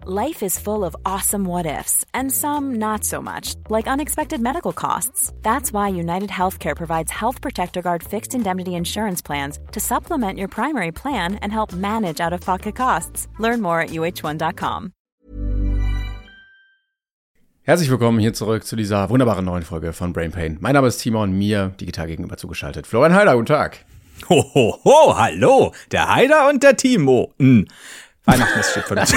Life is full of awesome what-ifs, and some not so much, like unexpected medical costs. That's why United Healthcare provides Health Protector Guard fixed indemnity insurance plans to supplement your primary plan and help manage out-of-pocket costs. Learn more at uh1.com. Herzlich willkommen hier zurück zu dieser wunderbaren neuen Folge von Brain Pain. Mein Name ist Timon, mir digital gegenüber zugeschaltet Florian Heider, guten Tag. Ho, ho, ho, hallo, der Heider und der Timo. Weihnachten ist steht vor der Tür.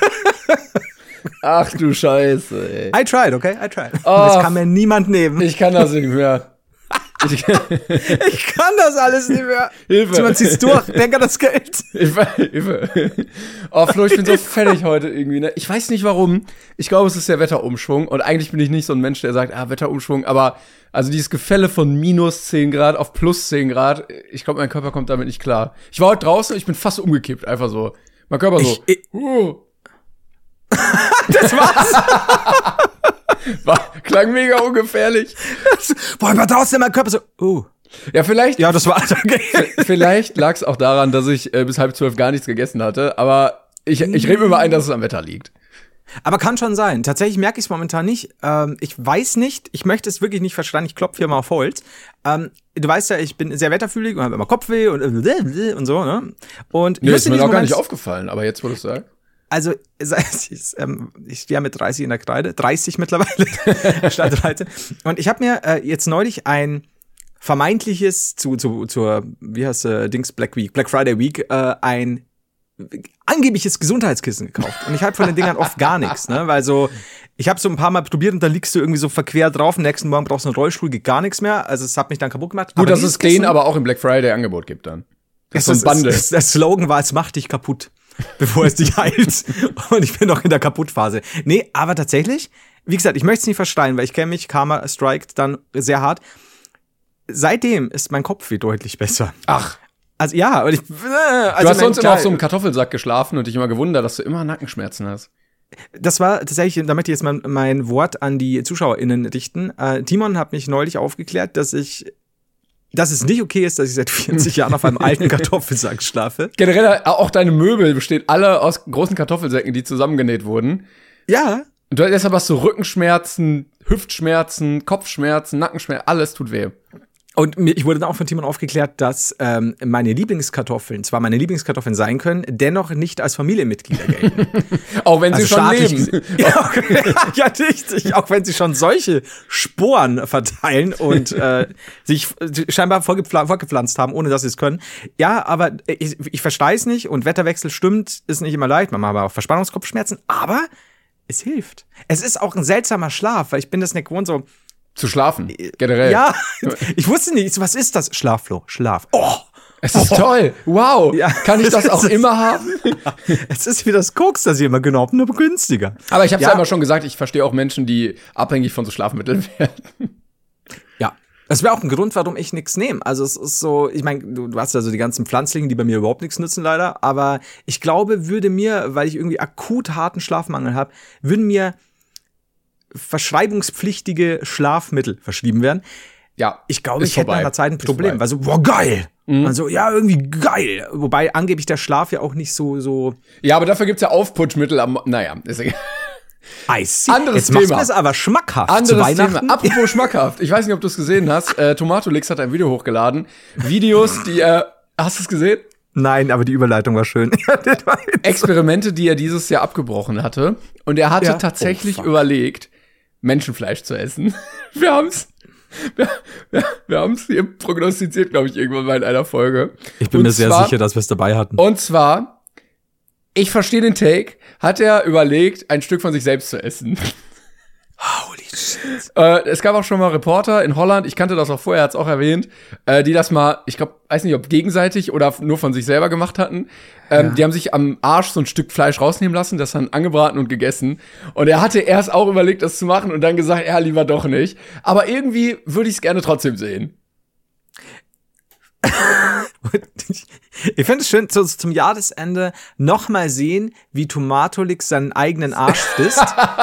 Ach du Scheiße, ey. I tried, okay? I tried. Oh, das kann mir niemand nehmen. Ich kann das nicht mehr. Ich kann das alles nicht mehr. Hilfe. Man zieht's durch, denk an das Geld. Hilfe. Oh, Flo, ich bin so fertig heute irgendwie, ne? Ich weiß nicht warum. Ich glaube, es ist der Wetterumschwung. Und eigentlich bin ich nicht so ein Mensch, der sagt, Wetterumschwung. Aber also dieses Gefälle von minus 10 Grad auf plus 10 Grad, ich glaube, mein Körper kommt damit nicht klar. Ich war heute draußen und ich bin fast umgekippt, einfach so. Mein Körper so. Das war's. Klang mega ungefährlich. Boah, ich war draußen in meinem Körper so, Ja, vielleicht. Ja, das war's. Okay. Vielleicht lag es auch daran, dass ich bis 11:30 gar nichts gegessen hatte. Aber ich rede mir mal ein, dass es am Wetter liegt. Aber kann schon sein. Tatsächlich merke ich es momentan nicht. Ich weiß nicht, ich möchte es wirklich nicht verstehen. Ich klopfe hier mal auf Holz. Du weißt ja, ich bin sehr wetterfühlig und habe immer Kopfweh und so, ne? Und Nö, ist mir noch gar nicht aufgefallen, aber jetzt, wo du es sagst. Also, ich stehe ja mit 30 in der Kreide, 30 mittlerweile, statt 13. Und ich habe mir jetzt neulich ein vermeintliches zur wie heißt Black Friday Week, ein angebliches Gesundheitskissen gekauft. Und ich habe von den Dingern oft gar nichts, ne? Weil so, ich habe so ein paar Mal probiert und dann liegst du irgendwie so verquer drauf. Am nächsten Morgen brauchst du einen Rollstuhl, geht gar nichts mehr. Also es hat mich dann kaputt gemacht. Gut, dass es den aber auch im Black Friday Angebot gibt dann. Das ist so ein Bundle. Der Slogan war, es macht dich kaputt, bevor es dich heilt. Und ich bin noch in der Kaputtphase. Nee, aber tatsächlich, wie gesagt, ich möchte es nicht verstehen, weil ich kenne mich, Karma strikt dann sehr hart. Seitdem ist mein Kopfweh deutlich besser. Ach. Also ja, und du hast sonst immer auf so einem Kartoffelsack geschlafen und dich immer gewundert, dass du immer Nackenschmerzen hast. Das war tatsächlich, da möchte ich jetzt mal mein Wort an die ZuschauerInnen richten. Timon hat mich neulich aufgeklärt, dass es nicht okay ist, dass ich seit 40 Jahren auf einem alten Kartoffelsack schlafe. Generell, auch deine Möbel bestehen alle aus großen Kartoffelsäcken, die zusammengenäht wurden. Ja. Und deshalb hast du Rückenschmerzen, Hüftschmerzen, Kopfschmerzen, Nackenschmerzen, alles tut weh. Und ich wurde dann auch von Timon aufgeklärt, dass meine Lieblingskartoffeln zwar meine Lieblingskartoffeln sein können, dennoch nicht als Familienmitglieder gelten. Auch wenn sie schon leben. Ja, richtig. Auch wenn sie schon solche Sporen verteilen und sich scheinbar vorgepflanzt haben, ohne dass sie es können. Ja, aber ich verstehe es nicht und Wetterwechsel stimmt, ist nicht immer leicht. Man hat aber auch Verspannungskopfschmerzen, aber es hilft. Es ist auch ein seltsamer Schlaf, weil ich bin das nicht gewohnt, so zu schlafen, generell. Ja, ich wusste nicht, was ist das? Schlaf, Flo, Schlaf. Oh! Es ist toll. Wow. Ja. Kann ich das auch immer haben? Ja. Es ist wie das Koks, das ist immer genau, nur günstiger. Aber ich habe es ja immer schon gesagt, ich verstehe auch Menschen, die abhängig von so Schlafmitteln werden. Ja. Das wäre auch ein Grund, warum ich nichts nehme. Also es ist so, ich meine, du hast ja so die ganzen Pflanzlinge, die bei mir überhaupt nichts nützen leider. Aber ich glaube, würde mir, weil ich irgendwie akut harten Schlafmangel habe, würden mir verschreibungspflichtige Schlafmittel verschrieben werden. Ja, ich glaube, ich hätte nach einer Zeit ein Problem, weil so, boah, geil! Also, ja, irgendwie geil! Wobei angeblich der Schlaf ja auch nicht so. Ja, aber dafür gibt's ja Aufputschmittel naja, ist egal. Anderes Thema. Jetzt machst du das aber schmackhaft. Anderes Thema. Apropos schmackhaft. Ich weiß nicht, ob du es gesehen hast. Tomatolix hat ein Video hochgeladen. Videos, die hast du es gesehen? Nein, aber die Überleitung war schön. Experimente, die er dieses Jahr abgebrochen hatte. Und er hatte tatsächlich überlegt, Menschenfleisch zu essen. Wir haben's hier prognostiziert, glaube ich, irgendwann mal in einer Folge. Ich bin mir sehr sicher, dass wir es dabei hatten. Und zwar, ich verstehe den Take, hat er überlegt, ein Stück von sich selbst zu essen. Holy shit. Es gab auch schon mal Reporter in Holland, ich kannte das auch vorher, hat's auch erwähnt, die das mal, ich glaube, weiß nicht, ob gegenseitig oder nur von sich selber gemacht hatten. Die haben sich am Arsch so ein Stück Fleisch rausnehmen lassen, das dann angebraten und gegessen. Und er hatte erst auch überlegt, das zu machen und dann gesagt, ja, lieber doch nicht. Aber irgendwie würde ich es gerne trotzdem sehen. Ich finde es schön, zum Jahresende noch mal sehen, wie Tomatolix seinen eigenen Arsch frisst.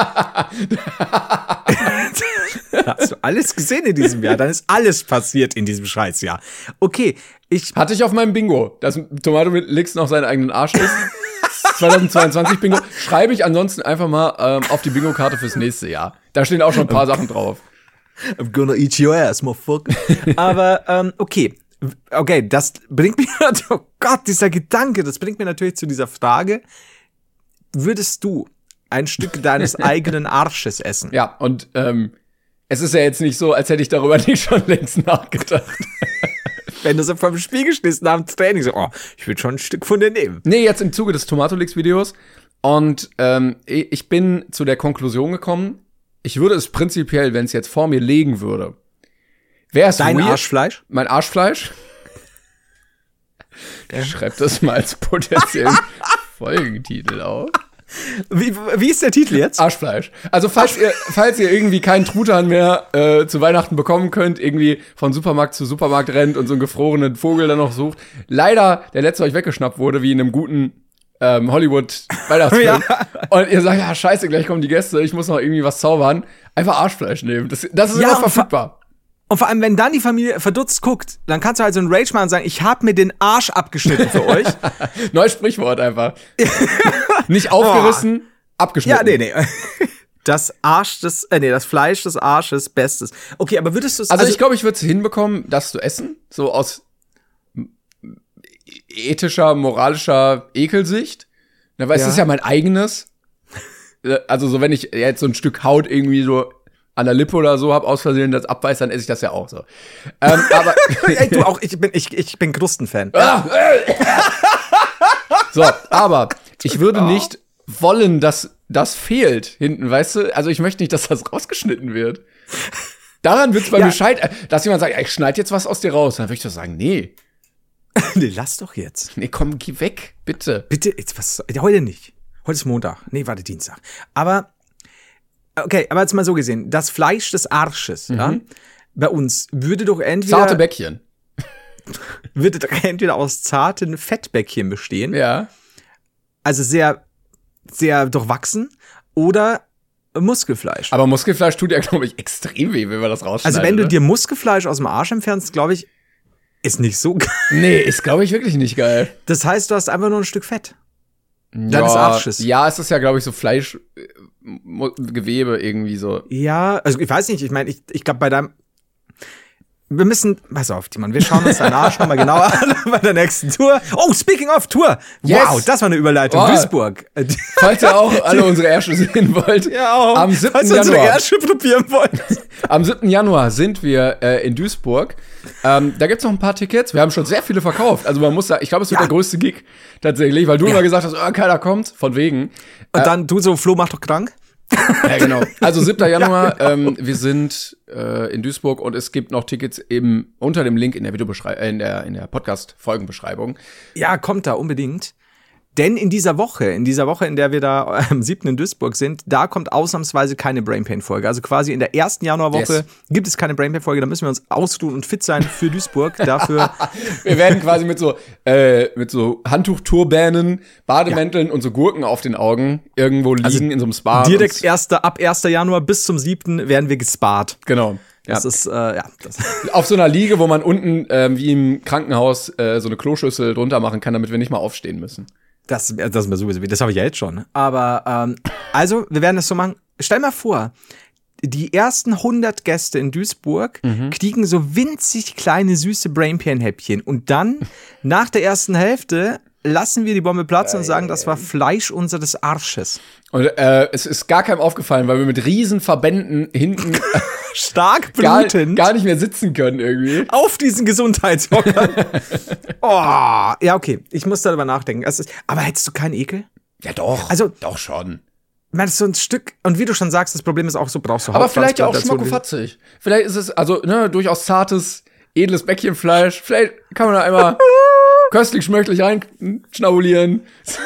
Hast du alles gesehen in diesem Jahr? Dann ist alles passiert in diesem Scheißjahr. Okay, Hatte ich auf meinem Bingo, dass Tomatolix noch seinen eigenen Arsch isst. 2022 Bingo. Schreibe ich ansonsten einfach mal auf die Bingo-Karte fürs nächste Jahr. Da stehen auch schon ein paar Sachen drauf. I'm gonna eat your ass, motherfucker. Aber, okay, das bringt mich, oh Gott, dieser Gedanke, das bringt mir natürlich zu dieser Frage, würdest du ein Stück deines eigenen Arsches essen? Ja, und es ist ja jetzt nicht so, als hätte ich darüber nicht schon längst nachgedacht. Wenn du so vom Spiegel stehst nach dem Training, so, ich würde schon ein Stück von dir nehmen. Nee, jetzt im Zuge des Tomatolix-Videos. Und ich bin zu der Konklusion gekommen, ich würde es prinzipiell, wenn es jetzt vor mir liegen würde, wäre es Dein weird. Arschfleisch? Mein Arschfleisch? Ja. Schreib das mal als potenziellen Folgentitel auf. Wie ist der Titel jetzt? Arschfleisch. Also falls ihr irgendwie keinen Truthahn mehr zu Weihnachten bekommen könnt, irgendwie von Supermarkt zu Supermarkt rennt und so einen gefrorenen Vogel dann noch sucht. Leider der letzte euch weggeschnappt wurde, wie in einem guten Hollywood-Weihnachtsfilm. Ja. Und ihr sagt, ja scheiße, gleich kommen die Gäste, ich muss noch irgendwie was zaubern. Einfach Arschfleisch nehmen. Das ist immer verfügbar. Und vor allem, wenn dann die Familie verdutzt guckt, dann kannst du halt so einen Rage machen und sagen, ich hab mir den Arsch abgeschnitten für euch. Neues Sprichwort einfach. Nicht aufgerissen, abgeschnitten. Ja, nee. Das Fleisch des Arsches, Bestes. Okay, aber würdest du es... Also ich glaube, ich würde es hinbekommen, das zu essen, so aus ethischer, moralischer Ekelsicht. Weil es ist ja mein eigenes. Also so, wenn ich jetzt so ein Stück Haut irgendwie so an der Lippe oder so hab, aus Versehen das abbeißt, dann esse ich das ja auch so. Aber ey, du auch, ich bin Krustenfan. So, aber ich würde nicht wollen, dass das fehlt hinten, weißt du? Also ich möchte nicht, dass das rausgeschnitten wird. Daran wird's bei mir scheitern, dass jemand sagt, ich schneide jetzt was aus dir raus. Dann würde ich doch sagen, nee. Nee, lass doch jetzt. Nee, komm, geh weg, bitte. Bitte, jetzt heute nicht. Heute ist Montag. Nee, warte, Dienstag. Aber okay, aber jetzt mal so gesehen, das Fleisch des Arsches, ja, bei uns würde doch entweder zarte Bäckchen. Würde doch entweder aus zarten Fettbäckchen bestehen. Ja. Also sehr, sehr durchwachsen oder Muskelfleisch. Aber Muskelfleisch tut ja, glaube ich, extrem weh, wenn wir das rausschneiden. Also wenn du dir Muskelfleisch aus dem Arsch entfernst, glaube ich, ist nicht so geil. Nee, ist, glaube ich, wirklich nicht geil. Das heißt, du hast einfach nur ein Stück Fett. Deines Arsches. Ja, es ist ja, glaube ich, so Fleischgewebe irgendwie so. Ja, also ich weiß nicht, ich meine, ich glaube bei deinem wir müssen, pass auf, Timon, wir schauen uns deinen Arsch nochmal genauer an bei der nächsten Tour. Oh, speaking of Tour. Yes. Wow, das war eine Überleitung. Duisburg. Falls ihr auch alle unsere Ärsche sehen wollt. Ja, auch. Am 7. Falls ihr unsere Ärsche probieren wollt. Am 7. Januar sind wir in Duisburg. Da gibt's noch ein paar Tickets. Wir haben schon sehr viele verkauft. Also man muss sagen, ich glaube, es wird der größte Gig tatsächlich, weil du immer gesagt hast, keiner kommt, von wegen. Und dann du so, Flo macht doch krank. Ja, genau. Also 7. Januar, wir sind in Duisburg und es gibt noch Tickets eben unter dem Link in der in der Podcast-Folgenbeschreibung. Ja, kommt da unbedingt. Denn in dieser Woche, in der wir da am 7. in Duisburg sind, da kommt ausnahmsweise keine Brainpain-Folge. Also quasi in der ersten Januarwoche gibt es keine Brainpain-Folge. Da müssen wir uns ausruhen und fit sein für Duisburg. Dafür wir werden quasi mit so Handtuchturbanen, Bademänteln und so Gurken auf den Augen irgendwo liegen in so einem Spa. Direkt ab 1. Januar bis zum 7. werden wir gespart. Genau. Das ist, das auf so einer Liege, wo man unten wie im Krankenhaus so eine Kloschüssel drunter machen kann, damit wir nicht mal aufstehen müssen. Das mir sowieso, das habe ich ja jetzt schon. Aber, also, wir werden das so machen. Stell mal vor, die ersten 100 Gäste in Duisburg kriegen so winzig kleine, süße Brainpan-Häppchen. Und dann, nach der ersten Hälfte, lassen wir die Bombe platzen und sagen, das war Fleisch unseres Arsches. Und es ist gar keinem aufgefallen, weil wir mit riesen Verbänden hinten stark blutend gar nicht mehr sitzen können irgendwie. Auf diesen Gesundheitshockern. Oh, ja, okay. Ich muss darüber nachdenken. Aber hättest du keinen Ekel? Ja, doch. Also, doch schon. Ich meine, so ein Stück, und wie du schon sagst, das Problem ist auch so, brauchst du aber vielleicht ja auch schmackofatzig. Vielleicht ist es, also, durchaus zartes, edles Bäckchenfleisch. Vielleicht kann man da einmal köstlich schmöchtlich reinschnabulieren.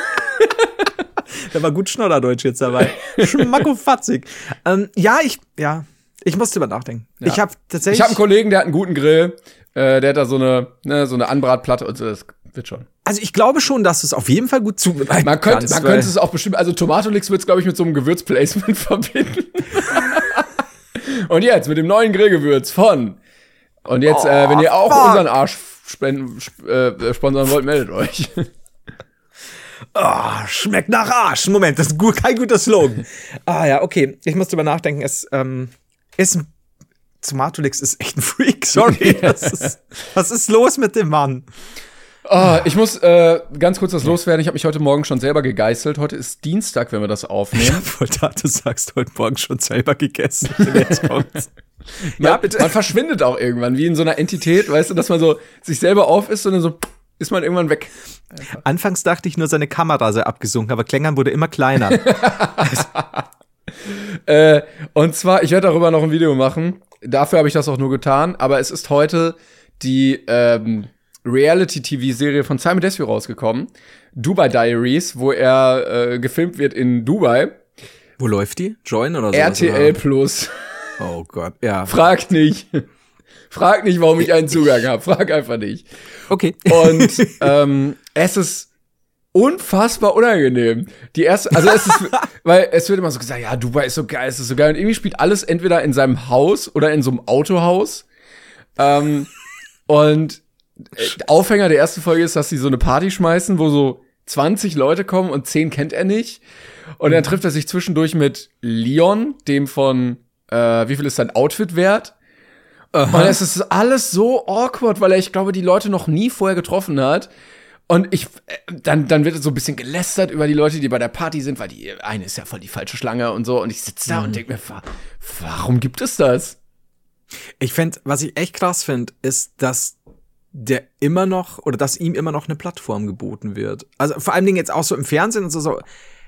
Da war gut Schnodderdeutsch jetzt dabei. Schmackofatzig. Ich muss drüber nachdenken. Ja. Ich habe einen Kollegen, der hat einen guten Grill. Der hat da so eine Anbratplatte und so, das wird schon. Also ich glaube schon, dass du es auf jeden Fall gut zubereiten kannst. Man könnte es auch bestimmt, also Tomatolix wird es, glaube ich, mit so einem Gewürzplacement verbinden. Und jetzt mit dem neuen Grillgewürz von. Und jetzt, wenn ihr auch unseren Arsch sponsern wollt, meldet euch. Schmeckt nach Arsch. Moment, das ist kein guter Slogan. Ja, okay. Ich muss drüber nachdenken. Tomatolix ist echt ein Freak. Sorry. Was ist los mit dem Mann? Ich muss ganz kurz was loswerden. Ich habe mich heute Morgen schon selber gegeißelt. Heute ist Dienstag, wenn wir das aufnehmen. Du sagst heute Morgen schon selber gegessen. Jetzt kommt's. Ja, bitte. Man verschwindet auch irgendwann, wie in so einer Entität, weißt du, dass man so sich selber auf ist und dann so ist man irgendwann weg. Einfach. Anfangs dachte ich nur, seine Kamera sei abgesunken, aber Klängern wurde immer kleiner. Und zwar, ich werde darüber noch ein Video machen. Dafür habe ich das auch nur getan. Aber es ist heute die Reality-TV-Serie von Simon Desue rausgekommen. Dubai Diaries, wo er gefilmt wird in Dubai. Wo läuft die? Join oder so? RTL Plus. Oh Gott, ja. Frag nicht. Frag nicht, warum ich einen Zugang habe. Frag einfach nicht. Okay. Und es ist unfassbar unangenehm. Weil es wird immer so gesagt, ja, Dubai ist so geil, es ist so geil. Und irgendwie spielt alles entweder in seinem Haus oder in so einem Autohaus. Und Aufhänger der ersten Folge ist, dass sie so eine Party schmeißen, wo so 20 Leute kommen und 10 kennt er nicht. Und dann trifft er sich zwischendurch mit Leon, dem von wie viel ist sein Outfit wert? Und es ist alles so awkward, weil ich glaube, die Leute noch nie vorher getroffen hat. Und dann wird so ein bisschen gelästert über die Leute, die bei der Party sind, weil die eine ist ja voll die falsche Schlange und so. Und ich sitze da und denke mir, warum gibt es das? Was ich echt krass finde, ist, dass ihm immer noch eine Plattform geboten wird. Also vor allen Dingen jetzt auch so im Fernsehen und so.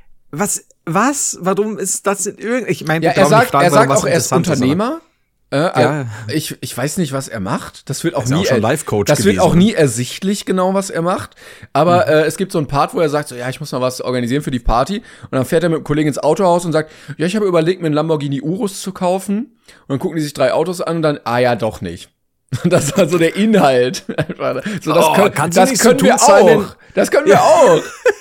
Warum ist das ich meine, ja, er sagt auch, er ist Unternehmer. Ich weiß nicht, was er macht. Das wird auch nie ersichtlich, genau, was er macht. Aber es gibt so einen Part, wo er sagt, so, ja, ich muss mal was organisieren für die Party. Und dann fährt er mit einem Kollegen ins Autohaus und sagt, ja, ich habe überlegt, mir einen Lamborghini Urus zu kaufen. Und dann gucken die sich 3 Autos an und dann, ja, doch nicht. Und das war so der Inhalt. So, das können wir auch. Das können wir auch.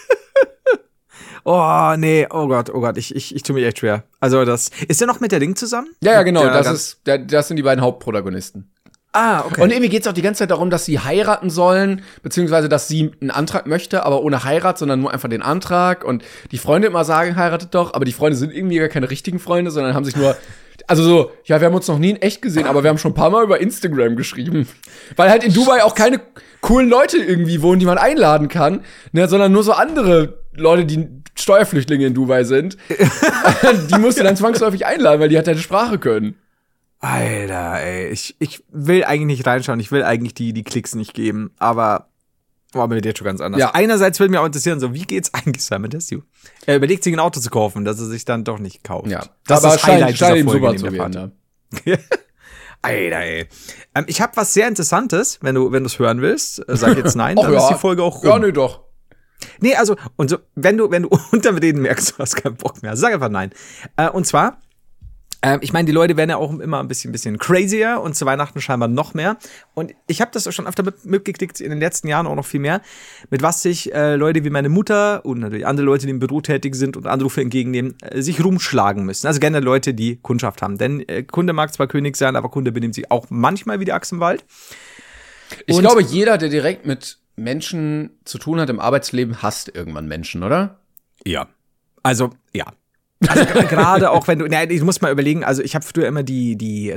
Oh, nee, oh Gott, ich tue mich echt schwer. Also ist der noch mit der Ding zusammen? Ja, genau, das sind die beiden Hauptprotagonisten. Okay. Und irgendwie geht's auch die ganze Zeit darum, dass sie heiraten sollen, beziehungsweise, dass sie einen Antrag möchte, aber ohne Heirat, sondern nur einfach den Antrag. Und die Freunde immer sagen, heiratet doch, aber die Freunde sind irgendwie gar keine richtigen Freunde, sondern haben sich nur, also so, ja, wir haben uns noch nie in echt gesehen, aber wir haben schon ein paar Mal über Instagram geschrieben. Weil halt in Dubai auch keine coolen Leute irgendwie wohnen, die man einladen kann, ne, sondern nur so andere Leute, die Steuerflüchtlinge in Dubai sind. Die musst du dann zwangsläufig einladen, weil die halt deine Sprache können. Alter, ey, ich will eigentlich nicht reinschauen, ich will eigentlich die Klicks nicht geben, aber mir wird jetzt schon ganz anders. Ja. Einerseits will mich auch interessieren, so, wie geht's eigentlich Simon Desue? Er überlegt sich ein Auto zu kaufen, das er sich dann doch nicht kauft. Ja, das aber ist das Highlight scheint dieser ihm Folge super zu werden. Ne? Alter, ey. Ich habe was sehr Interessantes, wenn du es hören willst. Sag jetzt nein, dann ist die Folge auch rum. Ja, nee, doch. Nee, also, und so, wenn du unterm Reden merkst, du hast keinen Bock mehr, sag einfach nein. Und zwar, ich meine, die Leute werden ja auch immer ein bisschen crazier und zu Weihnachten scheinbar noch mehr. Und ich habe das auch schon öfter mitgekriegt, in den letzten Jahren auch noch viel mehr, mit was sich Leute wie meine Mutter und natürlich andere Leute, die im Büro tätig sind und Anrufe entgegennehmen, sich rumschlagen müssen. Also gerne Leute, die Kundschaft haben. Denn Kunde mag zwar König sein, aber Kunde benimmt sich auch manchmal wie die Axt im Wald. Ich glaube, jeder, der direkt mit Menschen zu tun hat im Arbeitsleben, hasst irgendwann Menschen, oder? Ja. Also, ja. Also gerade auch wenn du musst mal überlegen, also ich habe früher immer die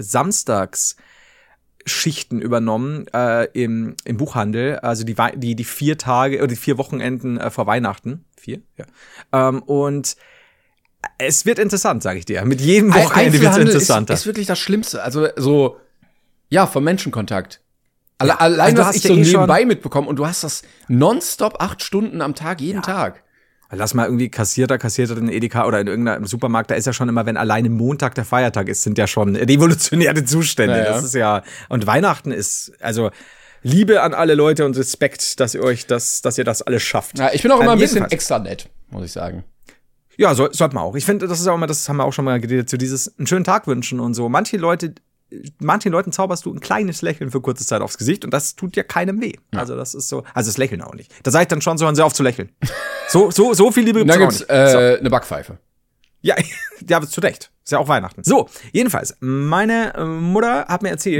Samstagsschichten übernommen im Buchhandel, also die 4 Tage oder die 4 Wochenenden vor Weihnachten. 4? Ja. Und es wird interessant, sage ich dir. Mit jedem Wochenende wird es interessanter. Ist wirklich das Schlimmste. Also so, ja, vom Menschenkontakt. Allein, also was ich so nebenbei mitbekommen und du hast das nonstop 8 Stunden am Tag, jeden Tag. Lass mal irgendwie Kassiererin in Edeka oder in irgendeinem Supermarkt, da ist ja schon immer, wenn alleine Montag der Feiertag ist, sind ja schon revolutionäre Zustände. Ja. Das ist ja, und Weihnachten ist, also Liebe an alle Leute und Respekt, dass ihr das alles schafft. Ja, ich bin auch immer ein bisschen extra nett, muss ich sagen. Ja, sollte man auch. Ich finde, das ist auch immer, das haben wir auch schon mal geredet, so dieses einen schönen Tag wünschen und so. Manchen Leuten zauberst du ein kleines Lächeln für kurze Zeit aufs Gesicht und das tut ja keinem weh. Ja. Also das ist so, also das Lächeln auch nicht. Da sag ich dann schon so, hören Sie auf zu lächeln. So viel Liebe gibt's auch nicht. Eine Backpfeife. Ja, zu Recht. Ist ja auch Weihnachten. So, jedenfalls, meine Mutter hat mir erzählt,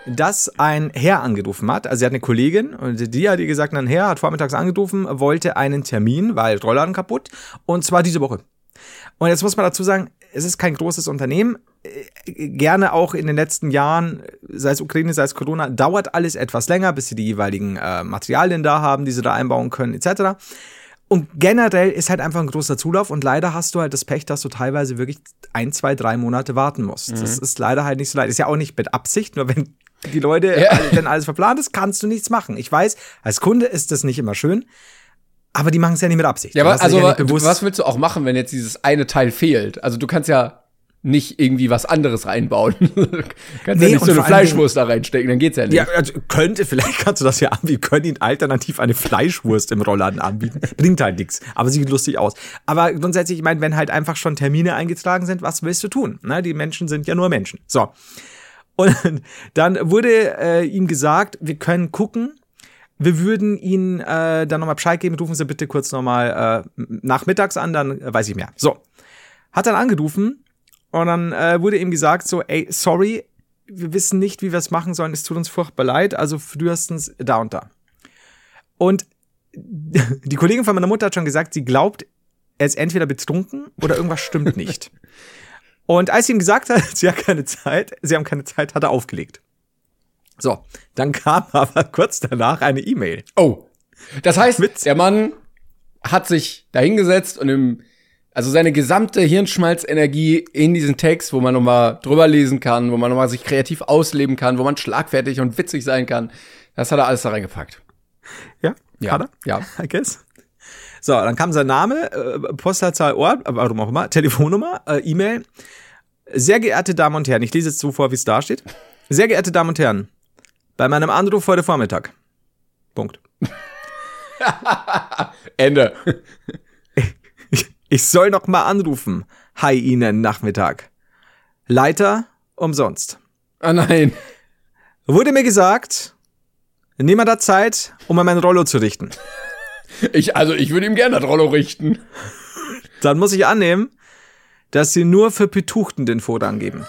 dass ein Herr angerufen hat. Also sie hat eine Kollegin und die hat ihr gesagt, ein Herr hat vormittags angerufen, wollte einen Termin, weil Rollladen kaputt, und zwar diese Woche. Und jetzt muss man dazu sagen, es ist kein großes Unternehmen. Gerne auch in den letzten Jahren, sei es Ukraine, sei es Corona, dauert alles etwas länger, bis sie die jeweiligen Materialien da haben, die sie da einbauen können, etc. Und generell ist halt einfach ein großer Zulauf und leider hast du halt das Pech, dass du teilweise wirklich 1, 2, 3 Monate warten musst. Das ist leider halt nicht so leicht. Ist ja auch nicht mit Absicht, nur wenn die Leute, wenn alles verplant ist, kannst du nichts machen. Ich weiß, als Kunde ist das nicht immer schön, aber die machen es ja nicht mit Absicht. Ja, aber also, was willst du auch machen, wenn jetzt dieses eine Teil fehlt? Also du kannst ja nicht irgendwie was anderes reinbauen. Kannst ja nicht so eine Fleischwurst da reinstecken, dann geht's ja nicht. Ja, also vielleicht kannst du das ja anbieten. Wir können ihnen alternativ eine Fleischwurst im Rollladen anbieten. Bringt halt nichts, aber sieht lustig aus. Aber grundsätzlich, ich meine, wenn halt einfach schon Termine eingetragen sind, was willst du tun? Ne? Die Menschen sind ja nur Menschen. So. Und dann wurde ihm gesagt, wir können gucken, wir würden Ihnen dann nochmal Bescheid geben, rufen Sie bitte kurz nochmal nachmittags an, dann weiß ich mehr. So. Hat dann angerufen, und dann wurde ihm gesagt so, ey, sorry, wir wissen nicht, wie wir es machen sollen, es tut uns furchtbar leid, also frühestens da und da. Und die Kollegin von meiner Mutter hat schon gesagt, sie glaubt, er ist entweder betrunken oder irgendwas stimmt nicht. Und als sie ihm gesagt hat, sie haben keine Zeit, hat er aufgelegt. So, dann kam aber kurz danach eine E-Mail. Oh, das heißt, der Mann hat sich da hingesetzt und also seine gesamte Hirnschmalzenergie in diesen Text, wo man nochmal drüber lesen kann, wo man nochmal sich kreativ ausleben kann, wo man schlagfertig und witzig sein kann, das hat er alles da reingepackt. Ja? Hat er? Ja. I guess. So, dann kam sein Name, Postleitzahl, Ort, warum auch immer, Telefonnummer, E-Mail. Sehr geehrte Damen und Herren, ich lese jetzt so vor, wie es da steht. Sehr geehrte Damen und Herren, bei meinem Anruf heute Vormittag. Punkt. Ende. Ich soll noch mal anrufen. Hi Ihnen, Nachmittag. Leiter, umsonst. Ah nein. Wurde mir gesagt, niemand hat Zeit, um an mein Rollo zu richten. Ich würde ihm gerne das Rollo richten. Dann muss ich annehmen, dass Sie nur für Betuchten den Vorrang geben.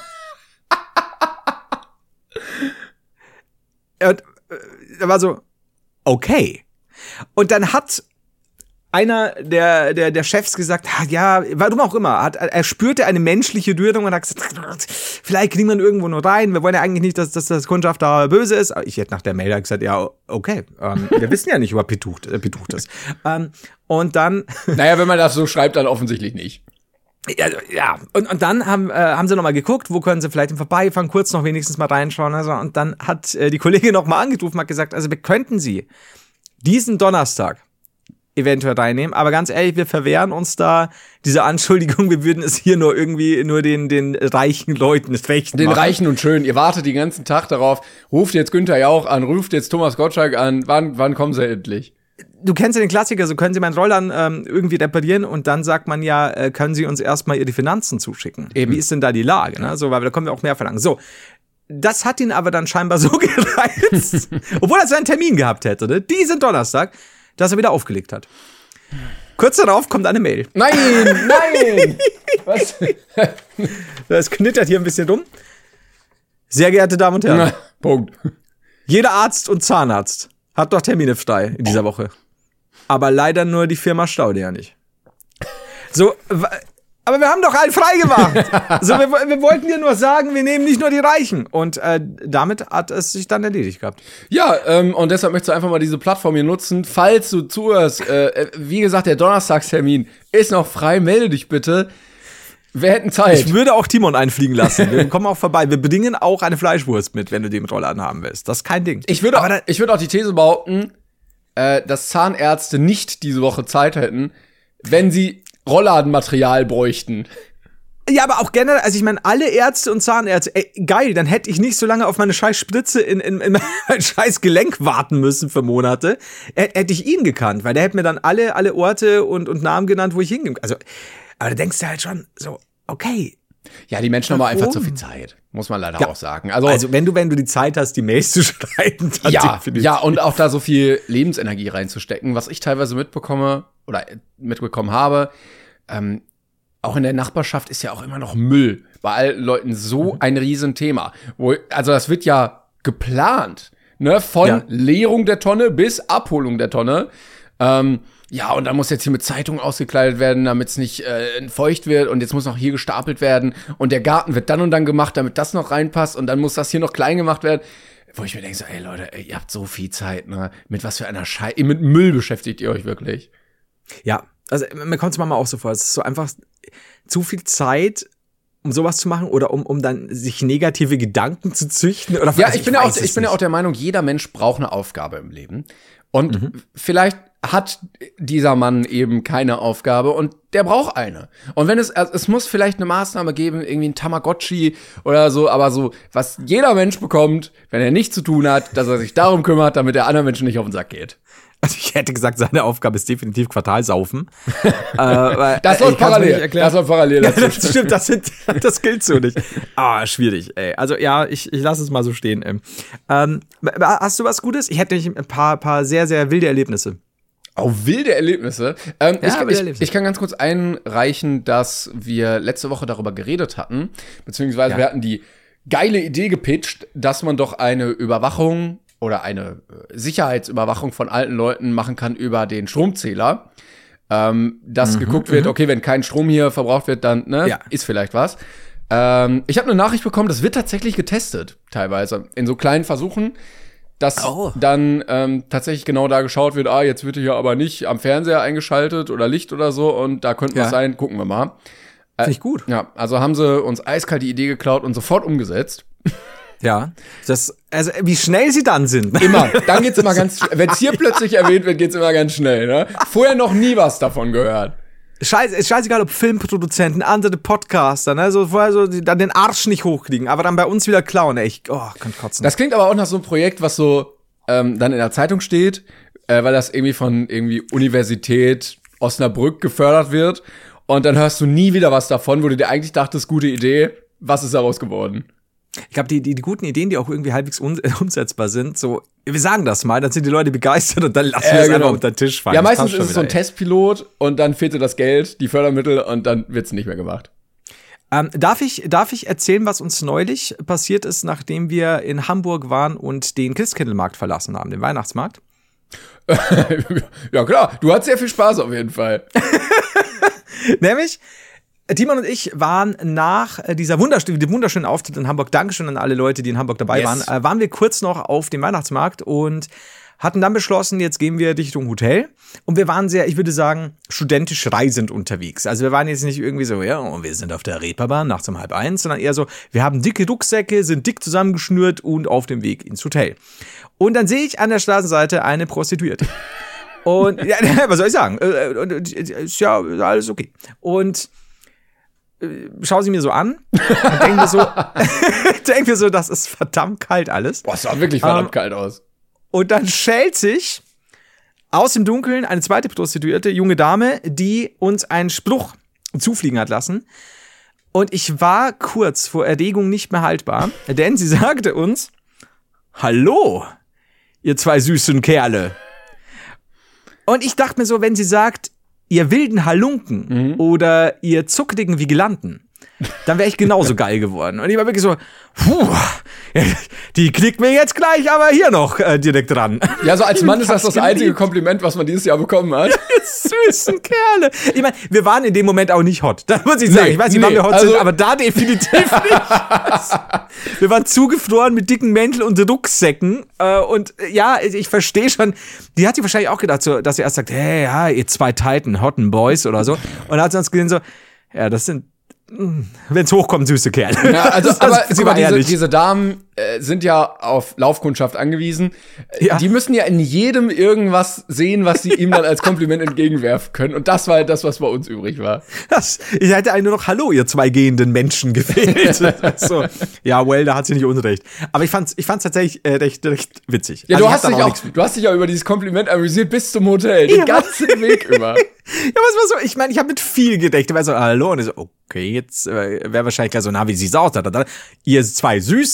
Da war so, okay. Und dann hat einer der Chefs gesagt, ja, warum auch immer, er spürte eine menschliche Rührung und hat gesagt, vielleicht kriegen wir ihn irgendwo nur rein, wir wollen ja eigentlich nicht, dass das Kundschaft da böse ist. Ich hätte nach der Mail gesagt, ja, okay, wir wissen ja nicht, ob er betucht ist. Und dann naja, wenn man das so schreibt, dann offensichtlich nicht. Ja, und dann haben sie nochmal geguckt, wo können sie vielleicht im Vorbeifahren kurz noch wenigstens mal reinschauen. Also, und dann hat die Kollegin nochmal angerufen, hat gesagt, also wir könnten sie diesen Donnerstag eventuell reinnehmen, aber ganz ehrlich, wir verwehren uns da diese Anschuldigung, wir würden es hier nur den reichen Leuten recht machen. Den Reichen und Schönen, ihr wartet den ganzen Tag darauf, ruft jetzt Günther Jauch an, ruft jetzt Thomas Gottschalk an, wann kommen sie endlich? Du kennst ja den Klassiker, so können Sie meinen Rollern irgendwie reparieren und dann sagt man ja, können Sie uns erstmal Ihre Finanzen zuschicken. Eben. Wie ist denn da die Lage? Ne? So, weil da können wir auch mehr verlangen. So, das hat ihn aber dann scheinbar so gereizt, obwohl er seinen Termin gehabt hätte, ne? Diesen Donnerstag, dass er wieder aufgelegt hat. Kurz darauf kommt eine Mail. Nein! Was? Das knittert hier ein bisschen rum. Sehr geehrte Damen und Herren. Na, Punkt. Jeder Arzt und Zahnarzt hat doch Termine frei in dieser Woche. Aber leider nur die Firma Staude ja nicht. So, aber wir haben doch einen frei gemacht. So, wir wollten dir nur sagen, wir nehmen nicht nur die Reichen. Und damit hat es sich dann erledigt gehabt. Ja, und deshalb möchtest du einfach mal diese Plattform hier nutzen. Falls du zuhörst, wie gesagt, der Donnerstagstermin ist noch frei, melde dich bitte. Wir hätten Zeit. Ich würde auch Timon einfliegen lassen. Wir kommen auch vorbei. Wir bringen auch eine Fleischwurst mit, wenn du die im Rollladen haben willst. Das ist kein Ding. Ich würde auch die These behaupten, dass Zahnärzte nicht diese Woche Zeit hätten, wenn sie Rollladenmaterial bräuchten. Ja, aber auch generell, also ich meine, alle Ärzte und Zahnärzte, geil, dann hätte ich nicht so lange auf meine scheiß Spritze in mein scheiß Gelenk warten müssen für Monate. Hätte ich ihn gekannt, weil der hätte mir dann alle Orte und Namen genannt, wo ich hingehe. Also, aber da denkst du halt schon so, okay. Ja, die Menschen haben einfach zu viel Zeit, muss man leider auch sagen. Also wenn du die Zeit hast, die Mails zu schreiben, dann definitiv. Ja, und auch da so viel Lebensenergie reinzustecken, was ich teilweise mitbekommen habe, auch in der Nachbarschaft ist ja auch immer noch Müll bei allen Leuten so ein Riesenthema. Also das wird ja geplant. Ne? Von Leerung der Tonne bis Abholung der Tonne. Ja, und dann muss jetzt hier mit Zeitung ausgekleidet werden, damit es nicht feucht wird. Und jetzt muss noch hier gestapelt werden. Und der Garten wird dann und dann gemacht, damit das noch reinpasst. Und dann muss das hier noch klein gemacht werden. Wo ich mir denke so, ey Leute, ihr habt so viel Zeit, ne? Mit was für einer Scheiße, mit Müll beschäftigt ihr euch wirklich. Ja, also mir kommt es manchmal auch so vor, es ist so einfach zu viel Zeit, um sowas zu machen oder um dann sich negative Gedanken zu züchten. Oder ja, ich bin ja auch der Meinung, jeder Mensch braucht eine Aufgabe im Leben. Und vielleicht hat dieser Mann eben keine Aufgabe und der braucht eine. Und wenn es muss vielleicht eine Maßnahme geben, irgendwie ein Tamagotchi oder so, aber so, was jeder Mensch bekommt, wenn er nichts zu tun hat, dass er sich darum kümmert, damit der anderen Menschen nicht auf den Sack geht. Also ich hätte gesagt, seine Aufgabe ist definitiv Quartalsaufen. Das läuft parallel. Das läuft parallel. Ja, das stimmt, das gilt so nicht. Schwierig, ey. Also ja, ich lasse es mal so stehen, ey. Hast du was Gutes? Ich hätte nämlich ein paar sehr, sehr wilde Erlebnisse. Wilde Erlebnisse. Ich kann ganz kurz einreichen, dass wir letzte Woche darüber geredet hatten, beziehungsweise wir hatten die geile Idee gepitcht, dass man doch eine Überwachung oder eine Sicherheitsüberwachung von alten Leuten machen kann über den Stromzähler. Dass geguckt wird, okay, wenn kein Strom hier verbraucht wird, dann ist vielleicht was. Ich habe eine Nachricht bekommen, das wird tatsächlich getestet, teilweise, in so kleinen Versuchen, dass dann tatsächlich genau da geschaut wird, jetzt wird hier aber nicht am Fernseher eingeschaltet oder Licht oder so und da könnte was sein, gucken wir mal. Finde ich gut. Ja, also haben sie uns eiskalt die Idee geklaut und sofort umgesetzt. Ja, also wie schnell sie dann sind. Immer, dann geht's immer ganz schnell. Wenn es hier plötzlich erwähnt wird, geht's immer ganz schnell, ne? Vorher noch nie was davon gehört. Scheißegal, ob Filmproduzenten, andere Podcaster, ne, so vorher so dann den Arsch nicht hochkriegen, aber dann bei uns wieder klauen, ey, kann kotzen. Das klingt aber auch nach so einem Projekt, was so dann in der Zeitung steht, weil das irgendwie von Universität Osnabrück gefördert wird und dann hörst du nie wieder was davon, wo du dir eigentlich dachtest, gute Idee, was ist daraus geworden? Ich glaube, die guten Ideen, die auch irgendwie halbwegs umsetzbar sind, so, wir sagen das mal, dann sind die Leute begeistert und dann lassen wir es einfach unter den Tisch fallen. Ja, meistens ist es so ein Testpilot und dann fehlte das Geld, die Fördermittel und dann wird's nicht mehr gemacht. Darf ich erzählen, was uns neulich passiert ist, nachdem wir in Hamburg waren und den Christkindlmarkt verlassen haben, den Weihnachtsmarkt? Ja klar, du hattest sehr viel Spaß auf jeden Fall. Nämlich, Timon und ich waren nach dem wunderschönen Auftritt in Hamburg, Dankeschön an alle Leute, die in Hamburg dabei waren wir kurz noch auf dem Weihnachtsmarkt und hatten dann beschlossen, jetzt gehen wir Richtung Hotel. Und wir waren sehr, ich würde sagen, studentisch reisend unterwegs. Also wir waren jetzt nicht irgendwie so, wir sind auf der Reeperbahn nachts um 12:30, sondern eher so, wir haben dicke Rucksäcke, sind dick zusammengeschnürt und auf dem Weg ins Hotel. Und dann sehe ich an der Straßenseite eine Prostituierte. Und, was soll ich sagen? Ist ja alles okay. Und schau sie mir so an und denk mir so, das ist verdammt kalt alles. Boah, es sah wirklich verdammt kalt aus. Und dann schält sich aus dem Dunkeln eine zweite Prostituierte, junge Dame, die uns einen Spruch zufliegen hat lassen. Und ich war kurz vor Erregung nicht mehr haltbar, denn sie sagte uns, hallo, ihr zwei süßen Kerle. Und ich dachte mir so, wenn sie sagt, ihr wilden Halunken oder ihr zuckrigen Vigilanten, dann wäre ich genauso geil geworden. Und ich war wirklich so, die klickt mir jetzt gleich aber hier noch direkt dran. Ja, so als Mann ist das einzige Kompliment, was man dieses Jahr bekommen hat. Süßen Kerle. Ich meine, wir waren in dem Moment auch nicht hot. Das muss ich sagen. Ich weiß nicht, wann wir hot sind, aber da definitiv nicht. Wir waren zugefroren mit dicken Mänteln und Rucksäcken. Und ja, ich verstehe schon. Die hat sich wahrscheinlich auch gedacht, so, dass sie erst sagt, hey, ja, ihr zwei Titan, hotten Boys oder so. Und dann hat sie uns gesehen so, ja, das sind, wenn's hochkommt, süße Kerle. Ja, also, aber diese Damen sind ja auf Laufkundschaft angewiesen. Ja. Die müssen ja in jedem irgendwas sehen, was sie ihm dann als Kompliment entgegenwerfen können. Und das war halt das, was bei uns übrig war. Ich hätte eigentlich nur noch Hallo, ihr zwei gehenden Menschen gefehlt. So, ja, da hat sie nicht unrecht. Aber ich fand's tatsächlich recht witzig. Ja, also du hast dich ja über dieses Kompliment amüsiert bis zum Hotel. Den ganzen Weg über. Ja, was war so? Ich meine, ich habe mit viel gedächt. Ich war so, hallo. Und ich so, okay, jetzt wäre wahrscheinlich gleich so, wie sieht's aus? Ihr zwei süßen Kerle.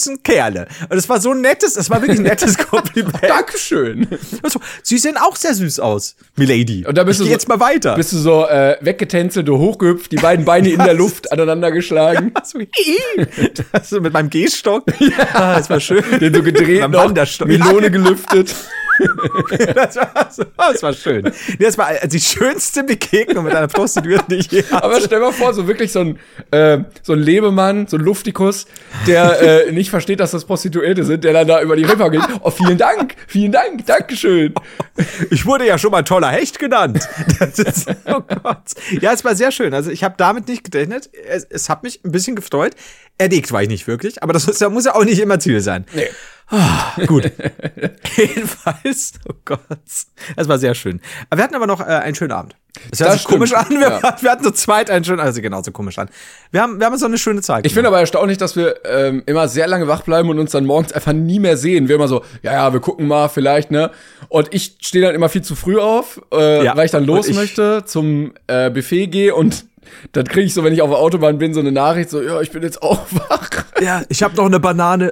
Kerle. Und es war so ein nettes, es war wirklich ein nettes Kompliment. Dankeschön. Also, Sie sehen auch sehr süß aus, Milady. Und da bist ich du geh jetzt mal weiter. Bist du so weggetänzelt, du hochgehüpft, die beiden Beine in der Luft aneinander geschlagen. So mit meinem Gehstock. Ja, das war schön. Den so gedreht noch, Melone gelüftet. Das war schön. Nee, das war die schönste Begegnung mit einer Prostituierten, die ich je hatte. Aber stell mal vor, so wirklich so ein Lebemann, so ein Luftikus, der nicht versteht, dass das Prostituierte sind, der dann da über die Rippe geht. Oh, vielen Dank, Dankeschön. Ich wurde ja schon mal toller Hecht genannt. Oh Gott. Ja, es war sehr schön. Also ich habe damit nicht gerechnet. Es hat mich ein bisschen gefreut. Erregt war ich nicht wirklich, aber das muss ja auch nicht immer Ziel sein. Nee. Gut. Jedenfalls, oh Gott. Das war sehr schön. Aber wir hatten aber noch einen schönen Abend. Das hört sich komisch an. Wir hatten zu zweit einen schönen, also genauso komisch an. Wir haben so eine schöne Zeit. Ich finde aber erstaunlich, dass wir immer sehr lange wach bleiben und uns dann morgens einfach nie mehr sehen. Wir immer so, ja, wir gucken mal vielleicht, ne? Und ich stehe dann immer viel zu früh auf, weil ich dann los möchte, zum Buffet gehe und dann kriege ich so, wenn ich auf der Autobahn bin, so eine Nachricht, so, ja, ich bin jetzt auch wach. Ja, ich habe noch eine Banane.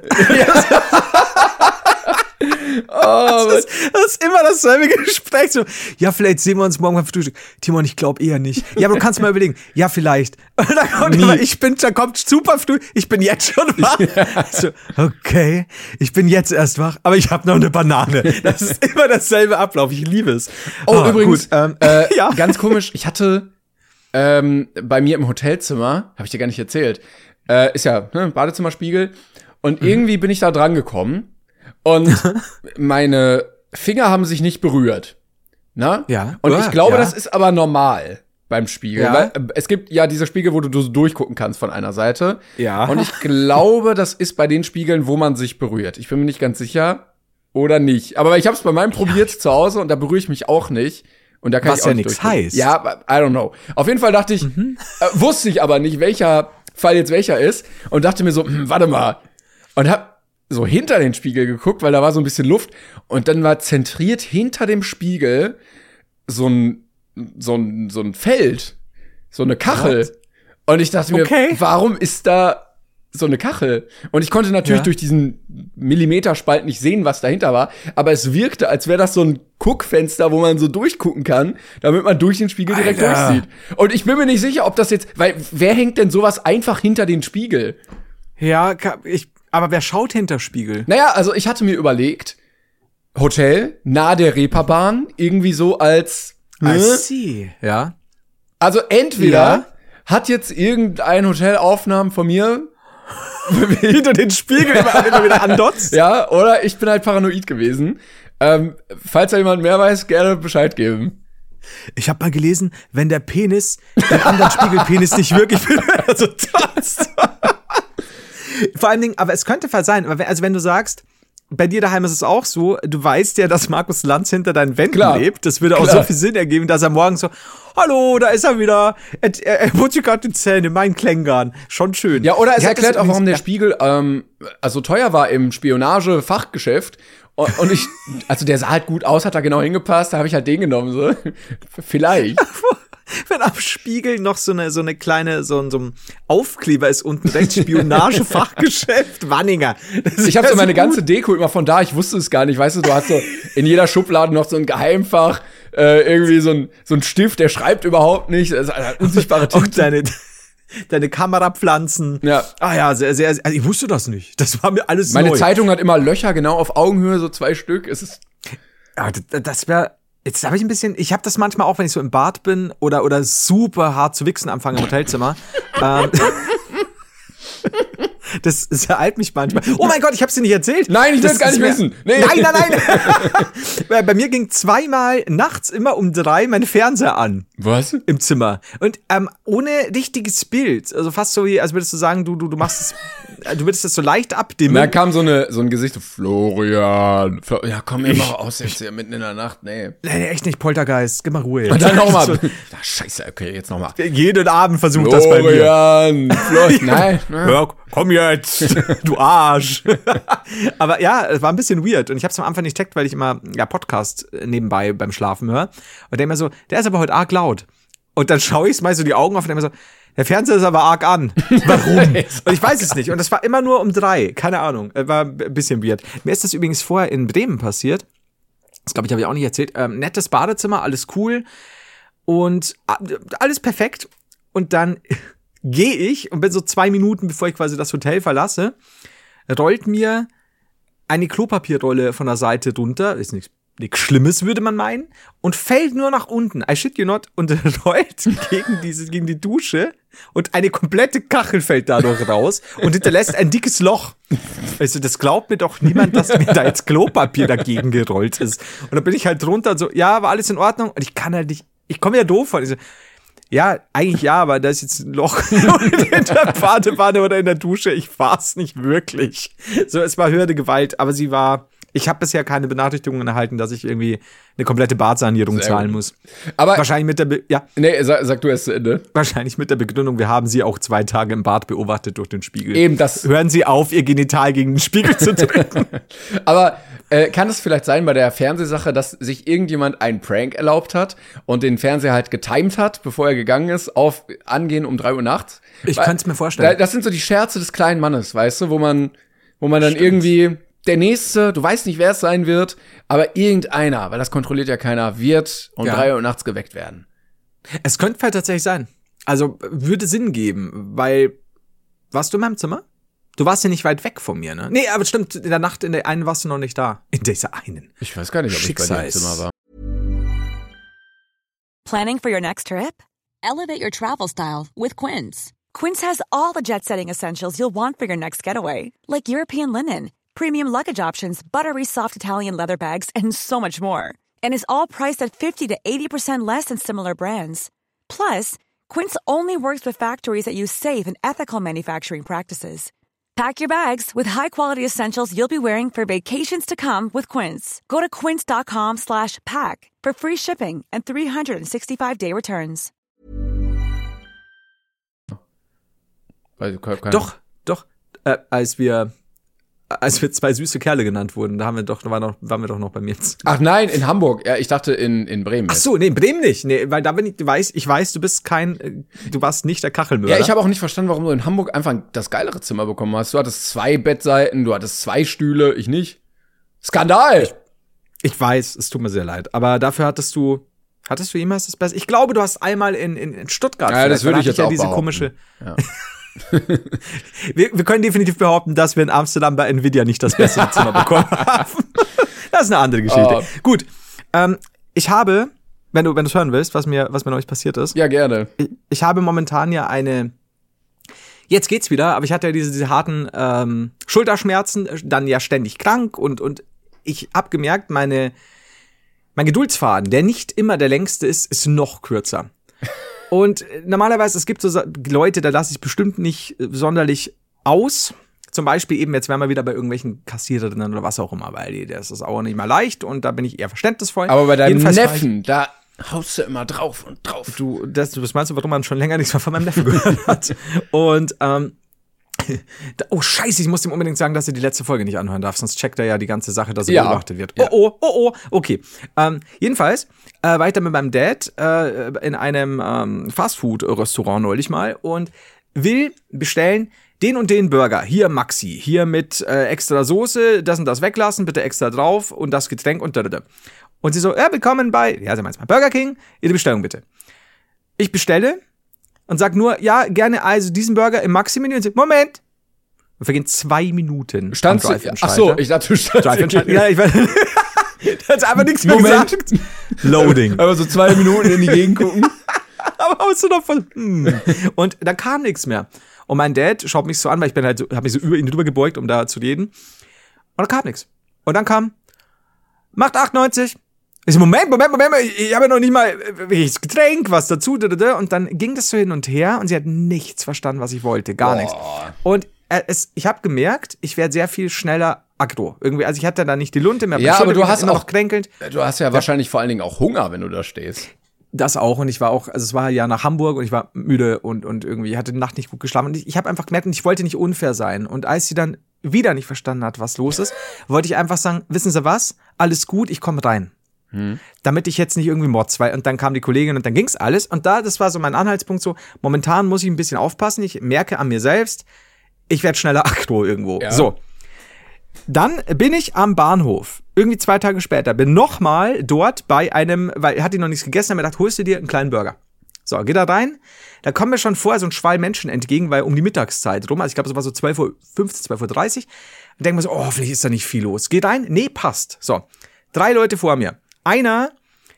Das ist immer dasselbe Gespräch. So, ja, vielleicht sehen wir uns morgen beim Frühstück. Timon, ich glaube eher nicht. Ja, aber du kannst mal überlegen. Ja, vielleicht. Und dann kommt da kommt super früh. Ich bin jetzt schon wach. Ja. So, okay, ich bin jetzt erst wach, aber ich habe noch eine Banane. Das ist immer dasselbe Ablauf. Ich liebe es. Oh, übrigens, ganz komisch. Ich hatte bei mir im Hotelzimmer, habe ich dir gar nicht erzählt, ist ja Badezimmerspiegel. Und irgendwie bin ich da dran gekommen. Und meine Finger haben sich nicht berührt. Na? Ja. Und ich glaube, das ist aber normal beim Spiegel. Ja. Weil es gibt ja diese Spiegel, wo du so durchgucken kannst von einer Seite. Ja. Und ich glaube, das ist bei den Spiegeln, wo man sich berührt. Ich bin mir nicht ganz sicher oder nicht. Aber ich habe es bei meinem probiert zu Hause und da berühre ich mich auch nicht. Und da kann was ich auch ja nicht nichts heißt. Ja, I don't know. Auf jeden Fall dachte ich, wusste ich aber nicht, welcher Fall jetzt welcher ist. Und dachte mir so, warte mal. Und hab so hinter den Spiegel geguckt, weil da war so ein bisschen Luft. Und dann war zentriert hinter dem Spiegel so ein Feld, so eine Kachel. What? Und ich dachte mir, warum ist da so eine Kachel? Und ich konnte natürlich durch diesen Millimeterspalt nicht sehen, was dahinter war. Aber es wirkte, als wäre das so ein Guckfenster, wo man so durchgucken kann, damit man durch den Spiegel direkt durchsieht. Und ich bin mir nicht sicher, ob das jetzt, weil wer hängt denn sowas einfach hinter den Spiegel? Ja, aber wer schaut hinter Spiegel? Naja, also ich hatte mir überlegt, Hotel, nahe der Reeperbahn, irgendwie so als I see. Ja. Also entweder hat jetzt irgendein Hotel Aufnahmen von mir hinter den Spiegel immer wieder andotzt. Ja, oder ich bin halt paranoid gewesen. Falls da jemand mehr weiß, gerne Bescheid geben. Ich habe mal gelesen, wenn der Penis den anderen Spiegelpenis nicht wirklich berührt, also tanzt. Vor allen Dingen, aber es könnte sein, also wenn du sagst, bei dir daheim ist es auch so, du weißt ja, dass Markus Lanz hinter deinen Wänden lebt. Das würde auch so viel Sinn ergeben, dass er morgens so, hallo, da ist er wieder. Er putzt sich gerade die Zähne, mein Klängern. Schon schön. Ja, oder es erklärt auch, warum der Spiegel also teuer war im Spionage-Fachgeschäft. Und also der sah halt gut aus, hat da genau hingepasst, da habe ich halt den genommen, so. Vielleicht. Wenn am Spiegel noch so eine kleine, so ein Aufkleber ist unten rechts, Spionage-Fachgeschäft, Wanninger. Ich habe so meine ganze Deko immer von da, ich wusste es gar nicht, weißt du hast so in jeder Schublade noch so ein Geheimfach, irgendwie so ein Stift, der schreibt überhaupt nicht, also unsichtbare Tinte. Auch deine Kamerapflanzen. Ja. Ah ja, sehr, sehr, also ich wusste das nicht. Das war mir alles Meine Zeitung hat immer Löcher, genau auf Augenhöhe, so 2 Stück. Es ist. Ja, das wäre. Jetzt habe ich habe das manchmal auch, wenn ich so im Bad bin oder super hart zu wichsen anfange im Hotelzimmer. Das ereilt mich manchmal. Oh mein Gott, ich hab's dir nicht erzählt. Nein, ich will es gar nicht wissen. Nee. Nein. Bei mir ging 2-mal nachts immer um 3 mein Fernseher an. Was? Im Zimmer. Und ohne richtiges Bild. Also fast so wie, als würdest du sagen, du machst es, du würdest das so leicht abdimmen. Da kam so ein Gesicht, so, Florian. Ja, komm immer raus jetzt hier mitten in der Nacht. Nee, echt nicht, Poltergeist. Gib mal Ruhe jetzt. Und dann nochmal. So, scheiße, okay, jetzt nochmal. Jeden Abend versucht das bei mir. Florian, nein. Ja, komm jetzt, du Arsch. Aber ja, es war ein bisschen weird. Und ich hab's am Anfang nicht checkt, weil ich immer Podcast nebenbei beim Schlafen höre. Und denke mir so, der ist aber heute arg laut. Und dann schaue ich mal so die Augen auf und denke mir so, Der Fernseher ist aber arg an. Warum? Und ich weiß es nicht. Und das war immer nur um 3. Keine Ahnung. War ein bisschen weird. Mir ist das übrigens vorher in Bremen passiert. Das, glaube ich, habe ich auch nicht erzählt. Nettes Badezimmer, alles cool. Und alles perfekt. Und dann gehe ich und bin so 2 Minuten, bevor ich quasi das Hotel verlasse, rollt mir eine Klopapierrolle von der Seite runter. Ist nichts Schlimmes, würde man meinen. Und fällt nur nach unten. I shit you not. Und rollt gegen die Dusche. Und eine komplette Kachel fällt dadurch raus und hinterlässt ein dickes Loch. Also das glaubt mir doch niemand, dass mir da jetzt Klopapier dagegen gerollt ist. Und dann bin ich halt drunter und so, ja, war alles in Ordnung. Und ich kann halt nicht, ich komme ja doof von. Ich so, ja, eigentlich ja, aber da ist jetzt ein Loch in der Badewanne oder in der Dusche. Ich war's nicht wirklich. So, es war höhere Gewalt, aber ich habe bisher keine Benachrichtigungen erhalten, dass ich irgendwie eine komplette Badsanierung zahlen muss. Aber wahrscheinlich mit der Nee, sag du erst zu Ende. Wahrscheinlich mit der Begründung, wir haben sie auch 2 Tage im Bad beobachtet durch den Spiegel. Eben das. Hören Sie auf, Ihr Genital gegen den Spiegel zu drücken. Aber kann es vielleicht sein bei der Fernsehsache, dass sich irgendjemand einen Prank erlaubt hat und den Fernseher halt getimed hat, bevor er gegangen ist, auf Angehen um 3 Uhr nachts? Ich kann es mir vorstellen. Das sind so die Scherze des kleinen Mannes, weißt du, wo man dann irgendwie der Nächste, du weißt nicht, wer es sein wird, aber irgendeiner, weil das kontrolliert ja keiner, wird um 3 Uhr nachts geweckt werden. Es könnte halt tatsächlich sein. Also würde Sinn geben, weil, warst du in meinem Zimmer? Du warst ja nicht weit weg von mir, ne? Nee, aber stimmt, in der Nacht, in der einen warst du noch nicht da. In dieser einen. Ich weiß gar nicht, ob ich bei dir im Zimmer war. Planning for your next trip? Elevate your travel style with Quince. Quince has all the jet-setting essentials you'll want for your next getaway, like European linen, premium luggage options, buttery soft Italian leather bags, and so much more. And is all priced at 50 to 80% less than similar brands. Plus, Quince only works with factories that use safe and ethical manufacturing practices. Pack your bags with high-quality essentials you'll be wearing for vacations to come with Quince. Go to quince.com/pack for free shipping and 365-day returns. Doch. Als wir 2 süße Kerle genannt wurden, waren wir doch noch bei mir jetzt. Ach nein, in Hamburg. Ja, ich dachte in Bremen. Ach so, nee, in Bremen nicht. Nee, weil da bin ich weiß, du warst nicht der Kachelmörder. Ja, ich habe auch nicht verstanden, warum du in Hamburg einfach das geilere Zimmer bekommen hast. Du hattest 2 Bettseiten, du hattest 2 Stühle, ich nicht. Skandal! Ich weiß, es tut mir sehr leid. Aber dafür hattest du jemals das Beste? Ich glaube, du hast einmal in Stuttgart. Ja, das würde ich jetzt auch diese behaupten. Komische. Ja. wir können definitiv behaupten, dass wir in Amsterdam bei Nvidia nicht das beste Zimmer bekommen haben. Das ist eine andere Geschichte. Gut. Ich habe, wenn du es hören willst, was mir neulich passiert ist. Ja, gerne. Ich habe momentan ja jetzt geht's wieder, aber ich hatte ja diese harten Schulterschmerzen, dann ja ständig krank und ich habe gemerkt, mein Geduldsfaden, der nicht immer der längste ist noch kürzer. Und normalerweise, es gibt so Leute, da lasse ich bestimmt nicht sonderlich aus. Zum Beispiel eben, jetzt wären wir wieder bei irgendwelchen Kassiererinnen oder was auch immer, weil das ist auch nicht mal leicht und da bin ich eher verständnisvoll. Aber bei deinem Neffen, da haust du immer drauf und drauf. Du meinst, warum man schon länger nichts mehr von meinem Neffen gehört hat. Und, oh Scheiße, ich muss ihm unbedingt sagen, dass er die letzte Folge nicht anhören darf, sonst checkt er ja die ganze Sache, dass er beobachtet wird. Ja. Oh, okay. Jedenfalls, weiter mit meinem Dad in einem Fastfood-Restaurant neulich mal und will bestellen den und den Burger. Hier Maxi, hier mit extra Soße, das und das weglassen, bitte extra drauf und das Getränk und da. Und sie so, willkommen bei, sie meint mal Burger King, Ihre Bestellung bitte. Ich bestelle und sag nur, ja, gerne also diesen Burger im Maxi-Menü. Und sie, Moment. Wir vergehen 2 Minuten. Ach so, ich dachte, du standst. Ja, ich weiß. Da hat einfach nichts mehr gesagt. Loading. Aber so 2 Minuten in die Gegend gucken. Aber hast du noch voll. Und dann kam nichts mehr. Und mein Dad schaut mich so an, weil ich bin halt so, habe mich so über ihn drüber gebeugt, um da zu reden. Und dann kam nichts. Und dann kam, macht 8,90. Ich so, Moment, ich habe ja noch nicht mal welches Getränk, was dazu. Und dann ging das so hin und her und sie hat nichts verstanden, was ich wollte. Gar nichts. Und ich habe gemerkt, ich werde sehr viel schneller aggro. Irgendwie, also ich hatte da nicht die Lunte mehr. Ja, aber du hast immer auch noch kränkelnd. Du hast ja wahrscheinlich vor allen Dingen auch Hunger, wenn du da stehst. Das auch. Und ich war auch, also es war ja nach Hamburg und ich war müde und irgendwie hatte die Nacht nicht gut geschlafen. Und ich habe einfach gemerkt, und ich wollte nicht unfair sein. Und als sie dann wieder nicht verstanden hat, was los ist, wollte ich einfach sagen, wissen Sie was? Alles gut, ich komme rein. Damit ich jetzt nicht irgendwie Mods, und dann kam die Kollegin und dann ging's alles. Und das war so mein Anhaltspunkt so, momentan muss ich ein bisschen aufpassen. Ich merke an mir selbst, ich werde schneller aggro irgendwo. Ja. So. Dann bin ich am Bahnhof, irgendwie 2 Tage später, bin nochmal dort bei einem, weil er hat ihn noch nichts gegessen, habe mir gedacht, holst du dir einen kleinen Burger. So, geh da rein, da kommen mir schon vorher so ein Schwall Menschen entgegen, weil um die Mittagszeit rum, also ich glaube, es war so 12:15 Uhr, 12:30 Uhr, und denke mir so, hoffentlich ist da nicht viel los. Geh rein, nee, passt. So, 3 Leute vor mir. Einer,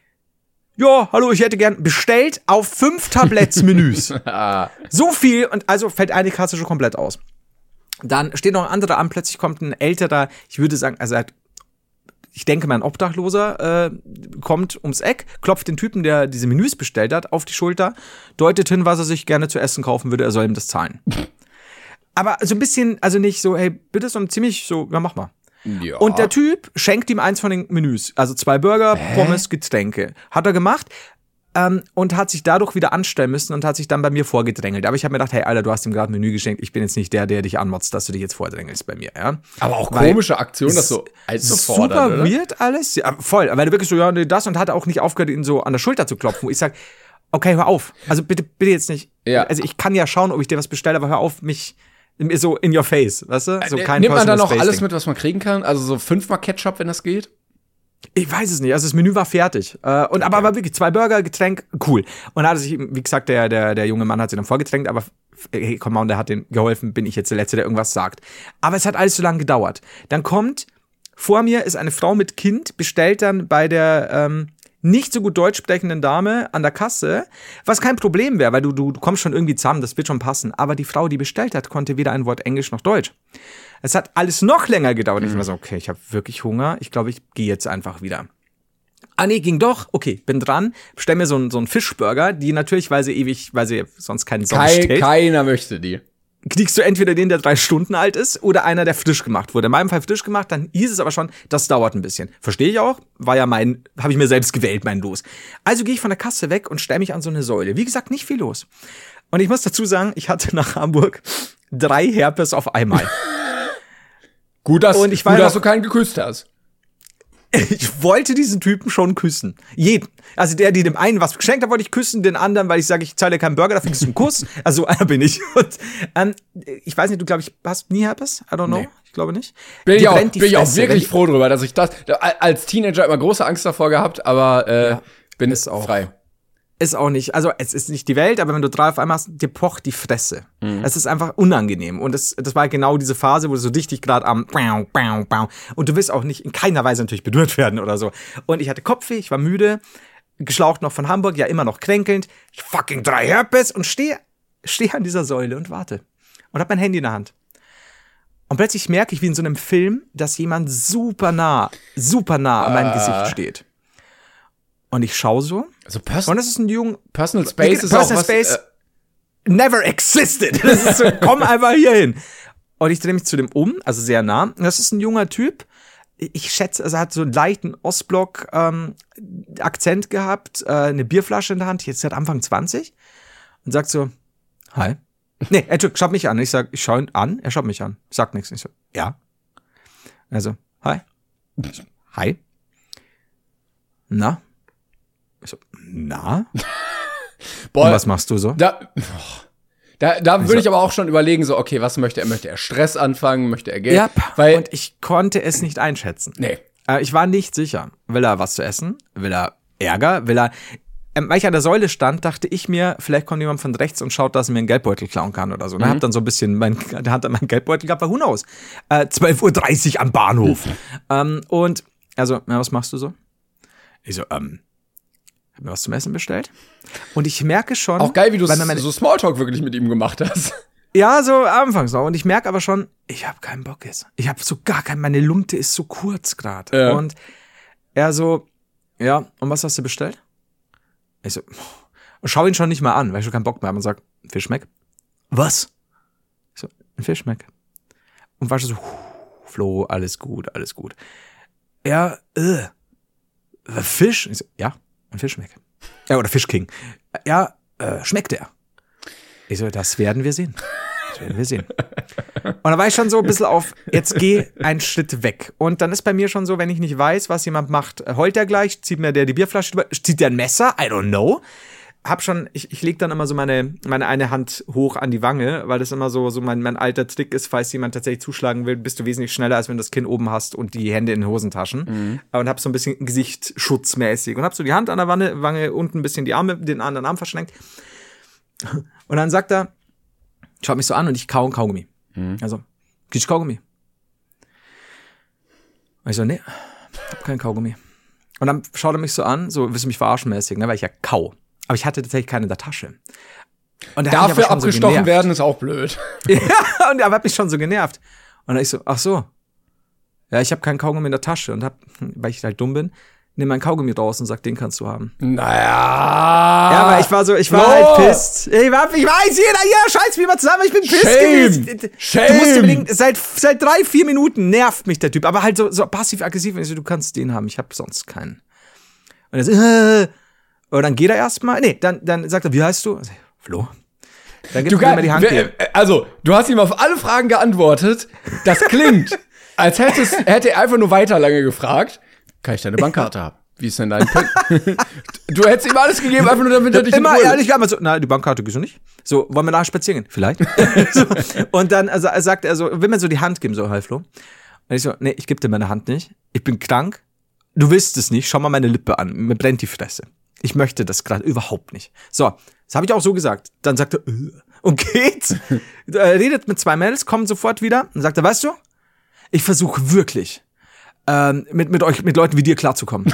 ja, hallo, ich hätte gern bestellt auf 5 Tabletts Menüs. So viel, und also fällt eine Kasse schon komplett aus. Dann steht noch ein anderer an, plötzlich kommt ein älterer, ich würde sagen, also ich denke mal ein Obdachloser, kommt ums Eck, klopft den Typen, der diese Menüs bestellt hat, auf die Schulter, deutet hin, was er sich gerne zu essen kaufen würde, er soll ihm das zahlen. Aber so ein bisschen, also nicht so, hey, bitte, sondern ziemlich so, ja, mach mal. Ja. Und der Typ schenkt ihm eins von den Menüs, also 2 Burger, Pommes, Getränke. Hat er gemacht. Und hat sich dadurch wieder anstellen müssen und hat sich dann bei mir vorgedrängelt. Aber ich habe mir gedacht, hey, Alter, du hast ihm gerade ein Menü geschenkt. Ich bin jetzt nicht der dich anmotzt, dass du dich jetzt vordrängelst bei mir. Ja? Aber auch komische Aktion, das so als fordert, super weird alles. Ja, voll. Weil er wirklich so, ja, nee, das, und hat auch nicht aufgehört, ihn so an der Schulter zu klopfen. Wo ich sag, okay, hör auf. Also bitte jetzt nicht. Ja. Also ich kann ja schauen, ob ich dir was bestelle, aber hör auf, mich so in your face, weißt du? So kein nimmt man dann noch alles mit, was man kriegen kann? Also so 5-mal Ketchup, wenn das geht? Ich weiß es nicht, also das Menü war fertig. Aber wirklich 2 Burger, Getränk, cool. Und da hat sich, wie gesagt, der junge Mann hat sich dann vorgetränkt, aber hey, komm mal, und der hat denen geholfen, bin ich jetzt der Letzte, der irgendwas sagt. Aber es hat alles so lange gedauert. Dann vor mir ist eine Frau mit Kind, bestellt dann bei der nicht so gut deutsch sprechenden Dame an der Kasse, was kein Problem wäre, weil du kommst schon irgendwie zusammen, das wird schon passen. Aber die Frau, die bestellt hat, konnte weder ein Wort Englisch noch Deutsch. Es hat alles noch länger gedauert. Ich war so, okay, ich habe wirklich Hunger. Ich glaube, ich gehe jetzt einfach wieder. Ah nee, ging doch. Okay, bin dran. Bestell mir so einen Fischburger, die natürlich, weil sie sonst keinen Sau stellt. Keiner möchte die. Kriegst du entweder den, der 3 Stunden alt ist, oder einer, der frisch gemacht wurde. In meinem Fall frisch gemacht, dann hieß es aber schon, das dauert ein bisschen. Verstehe ich auch, habe ich mir selbst gewählt, mein Los. Also gehe ich von der Kasse weg und stelle mich an so eine Säule. Wie gesagt, nicht viel los. Und ich muss dazu sagen, ich hatte nach Hamburg 3 Herpes auf einmal. Gut, dass du keinen geküsst hast. Ich wollte diesen Typen schon küssen. Jeden. Also der dem einen was geschenkt hat, wollte ich küssen, den anderen, weil ich sage, ich zahle keinen Burger, da kriegst du einen Kuss. Also einer bin ich. Und, ich weiß nicht, du glaube ich hast nie Herpes? I don't know. Nee. Ich glaube nicht. Bin ich auch wirklich froh drüber, dass ich das als Teenager immer große Angst davor gehabt, aber bin es auch frei. Ist auch nicht, also es ist nicht die Welt, aber wenn du 3 auf einmal hast, dir pocht die Fresse. Es ist einfach unangenehm. Und das war genau diese Phase, wo du so dich gerade am und du willst auch nicht in keiner Weise natürlich berührt werden oder so. Und ich hatte Kopfweh, ich war müde, geschlaucht noch von Hamburg, ja immer noch kränkelnd, fucking 3 Herpes und stehe an dieser Säule und warte. Und hab mein Handy in der Hand. Und plötzlich merke ich, wie in so einem Film, dass jemand super nah an meinem Gesicht steht. Und ich schaue so. Also und das ist ein Personal Space ist Personal auch Space never existed. Das ist so, komm einfach hier hin. Und ich drehe mich zu dem also sehr nah. Und das ist ein junger Typ. Ich schätze, also er hat so einen leichten Ostblock-Akzent gehabt, eine Bierflasche in der Hand, jetzt seit Anfang 20. Und sagt so, hi. Nee, er schaut mich an. Ich schau ihn an, er schaut mich an. Sagt nichts. Ich so, ja. Also, hi. Hi. Na? Ich so, na? Boah, und was machst du so? Da würde ich aber auch schon überlegen, so, okay, was möchte er? Möchte er Stress anfangen? Möchte er Geld? Ja, und ich konnte es nicht einschätzen. Nee. Ich war nicht sicher. Will er was zu essen? Will er Ärger? Weil ich an der Säule stand, dachte ich mir, vielleicht kommt jemand von rechts und schaut, dass er mir einen Geldbeutel klauen kann oder so. Und hab dann so ein bisschen, der hat dann meinen Geldbeutel gehabt, war who knows? 12:30 Uhr am Bahnhof. Und, also, was machst du so? Ich so, hab mir was zum Essen bestellt. Und ich merke schon. Auch geil, wie du so Smalltalk wirklich mit ihm gemacht hast. Ja, so anfangs noch. Und ich merke aber schon, ich habe keinen Bock jetzt. Ich habe so gar keinen, meine Lunte ist so kurz gerade. Ja. Und er so, ja, und was hast du bestellt? Ich so, schau ihn schon nicht mal an, weil ich schon keinen Bock mehr habe und sag, Fischmeck. Was? Ich so, ein Fischmeck. Und war schon so, Flo, alles gut, alles gut. Ja, Fisch? Ich so, ja. Ein Fischmeck. Ja, oder Fischking. Ja, schmeckt der? Ich so, das werden wir sehen. Das werden wir sehen. da war ich schon so ein bisschen auf, jetzt geh einen Schritt weg. Und dann ist bei mir schon so, wenn ich nicht weiß, was jemand macht, heult er gleich, zieht mir der die Bierflasche drüber, zieht der ein Messer, I don't know. Ich leg dann immer so meine eine Hand hoch an die Wange, weil das immer so mein alter Trick ist, falls jemand tatsächlich zuschlagen will, bist du wesentlich schneller, als wenn du das Kinn oben hast und die Hände in den Hosentaschen. Und hab so ein bisschen Gesichtsschutzmäßig und hab so die Hand an der Wange, unten ein bisschen den anderen Arm verschränkt. Und dann sagt er, schaut mich so an und ich kau ein Kaugummi. Also, kriegst du Kaugummi? Und ich so, nee, hab keinen Kaugummi. Und dann schaut er mich so an, so willst du mich verarschen mäßig, ne, weil ich ja kau. Aber ich hatte tatsächlich keinen in der Tasche. Und dafür abgestochen werden ist auch blöd. Ja, und er hat mich schon so genervt. Und dann ich so, ach so. Ja, ich habe keinen Kaugummi in der Tasche und weil ich halt dumm bin, nehme meinen Kaugummi raus und sag, den kannst du haben. Naja. Ja, aber ich war halt pisst. Ich weiß, jeder scheiß wie wir zusammen, ich bin pisst gewesen. Shame. Du musst überlegen, seit 3-4 Minuten nervt mich der Typ, aber halt so passiv-aggressiv. Und ich so, du kannst den haben, ich habe sonst keinen. Und er so, und dann geht er erstmal. Nee, dann sagt er, wie heißt du? Also, Flo. Dann gibt er mir die Hand. Also, du hast ihm auf alle Fragen geantwortet. Das klingt, als hätte er einfach nur weiter lange gefragt. Kann ich deine Bankkarte haben? Wie ist denn dein PIN? Du hättest ihm alles gegeben, einfach nur damit er dich immer ehrlich, so, na, die Bankkarte gehst du nicht. So, wollen wir nachher spazieren gehen? Vielleicht. So, und dann sagt er so, will mir so die Hand geben, so, hi Flo. Und ich so, nee, ich geb dir meine Hand nicht. Ich bin krank. Du willst es nicht. Schau mal meine Lippe an. Mir brennt die Fresse. Ich möchte das gerade überhaupt nicht. So, das habe ich auch so gesagt. Dann sagt er, und geht, redet mit 2 Mädels, kommt sofort wieder und sagt er, weißt du, ich versuche wirklich, mit Leuten wie dir klarzukommen.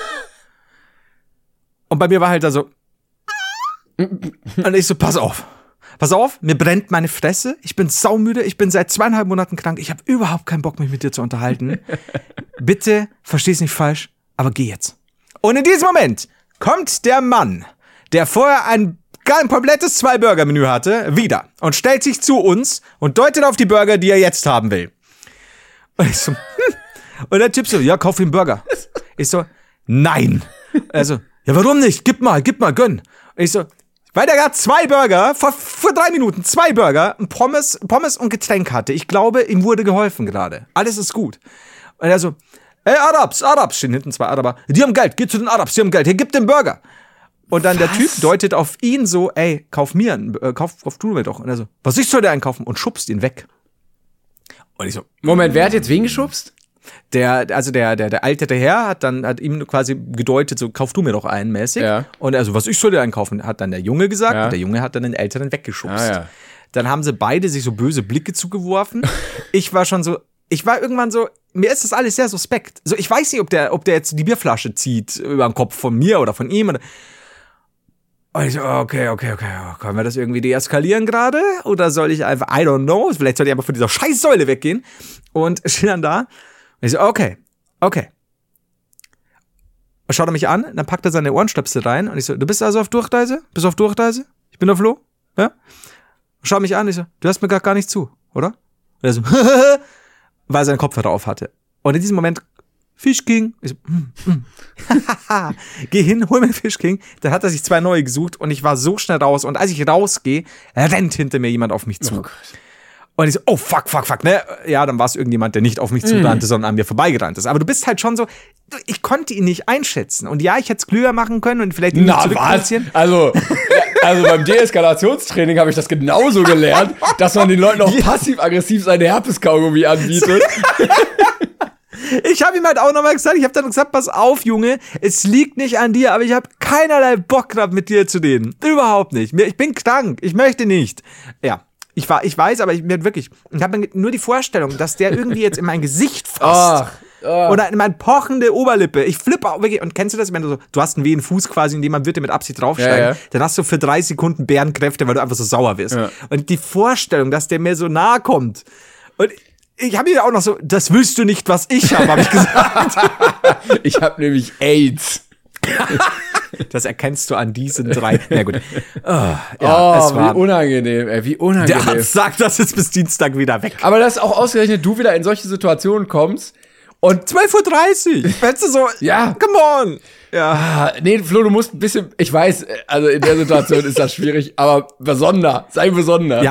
Und bei mir war halt da so, und ich so, pass auf, mir brennt meine Fresse, ich bin saumüde, ich bin seit 2,5 Monaten krank, ich habe überhaupt keinen Bock, mich mit dir zu unterhalten. Bitte, versteh's nicht falsch, aber geh jetzt. Und in diesem Moment kommt der Mann, der vorher ein komplettes 2-Burger-Menü hatte, wieder und stellt sich zu uns und deutet auf die Burger, die er jetzt haben will. Und ich so, Und der Typ so, ja, kauf ihm einen Burger. Ich so, nein. Also, ja, warum nicht? Gib mal, gönn. Und ich so, weil der gerade 2 Burger, vor 3 Minuten 2 Burger, ein Pommes und Getränk hatte. Ich glaube, ihm wurde geholfen gerade. Alles ist gut. Und er so, ey, Arabs, stehen hinten 2 Araber. Die haben Geld, geh zu den Arabs, die haben Geld. Hier, gib den Burger. Und dann der Typ deutet auf ihn so, ey, kauf du mir doch. Und er so, was ich soll der einkaufen? Und schubst ihn weg. Und ich so, Moment, wer hat jetzt wen geschubst? Der alte Herr hat ihm quasi gedeutet, so, kauf du mir doch einen mäßig. Ja. Und er so, was ich soll dir einkaufen? Hat dann der Junge gesagt. Ja. Und der Junge hat dann den Älteren weggeschubst. Ja. Dann haben sie beide sich so böse Blicke zugeworfen. Ich war irgendwann so, mir ist das alles sehr suspekt. So, ich weiß nicht, ob der jetzt die Bierflasche zieht über den Kopf von mir oder von ihm. Und ich so, okay. Können wir das irgendwie deeskalieren gerade? Oder soll ich einfach, I don't know, vielleicht soll ich einfach von dieser Scheißsäule weggehen. Und stehe dann da. Und ich so, okay. Und schaut er mich an, dann packt er seine Ohrenstöpsel rein. Und ich so, du bist also auf Durchreise? Bist du auf Durchreise? Ich bin der Flo. Ja? Und schaut mich an, ich so, du hörst mir gar nicht zu, oder? Und er so, weil er seinen Kopfhörer auf hatte. Und in diesem Moment, Fish King. Ich so, Geh hin, hol mir den Fish King. Dann hat er sich 2 neue gesucht und ich war so schnell raus. Und als ich rausgehe, rennt hinter mir jemand auf mich zu. Oh Gott. Und ich so, oh fuck, ne? Ja, dann war es irgendjemand, der nicht auf mich zurannte, sondern an mir vorbeigerannt ist. Aber du bist halt schon so, ich konnte ihn nicht einschätzen. Und ja, ich hätte es klüger machen können und vielleicht ihn zurückplatzieren. Also beim Deeskalationstraining habe ich das genauso gelernt, dass man den Leuten auch passiv-aggressiv seine Herpeskaugummi anbietet. Ich habe ihm halt auch nochmal gesagt, ich habe dann gesagt, pass auf, Junge, es liegt nicht an dir, aber ich habe keinerlei Bock gehabt, mit dir zu reden. Überhaupt nicht. Ich bin krank, ich möchte nicht. Ja. Ich weiß, aber ich habe nur die Vorstellung, dass der irgendwie jetzt in mein Gesicht fasst. Oder in meine pochende Oberlippe. Ich flippe auch wirklich. Und kennst du das, wenn du hast einen wehen Fuß quasi, in dem man wird dir mit Absicht draufsteigen, ja. Dann hast du für 3 Sekunden Bärenkräfte, weil du einfach so sauer wirst. Ja. Und die Vorstellung, dass der mir so nahe kommt. Und ich habe mir auch noch so, das willst du nicht, was ich habe ich gesagt. Ich habe nämlich AIDS. Das erkennst du an diesen 3. Na gut. Es war wie unangenehm, wie unangenehm. Der Arzt sagt das jetzt bis Dienstag wieder weg. Aber dass auch ausgerechnet du wieder in solche Situationen kommst und 12:30 Uhr. Weißt du so, ja, come on. Ja. Nee, Flo, du musst ein bisschen, ich weiß, also in der Situation ist das schwierig, aber sei besonders. Ja.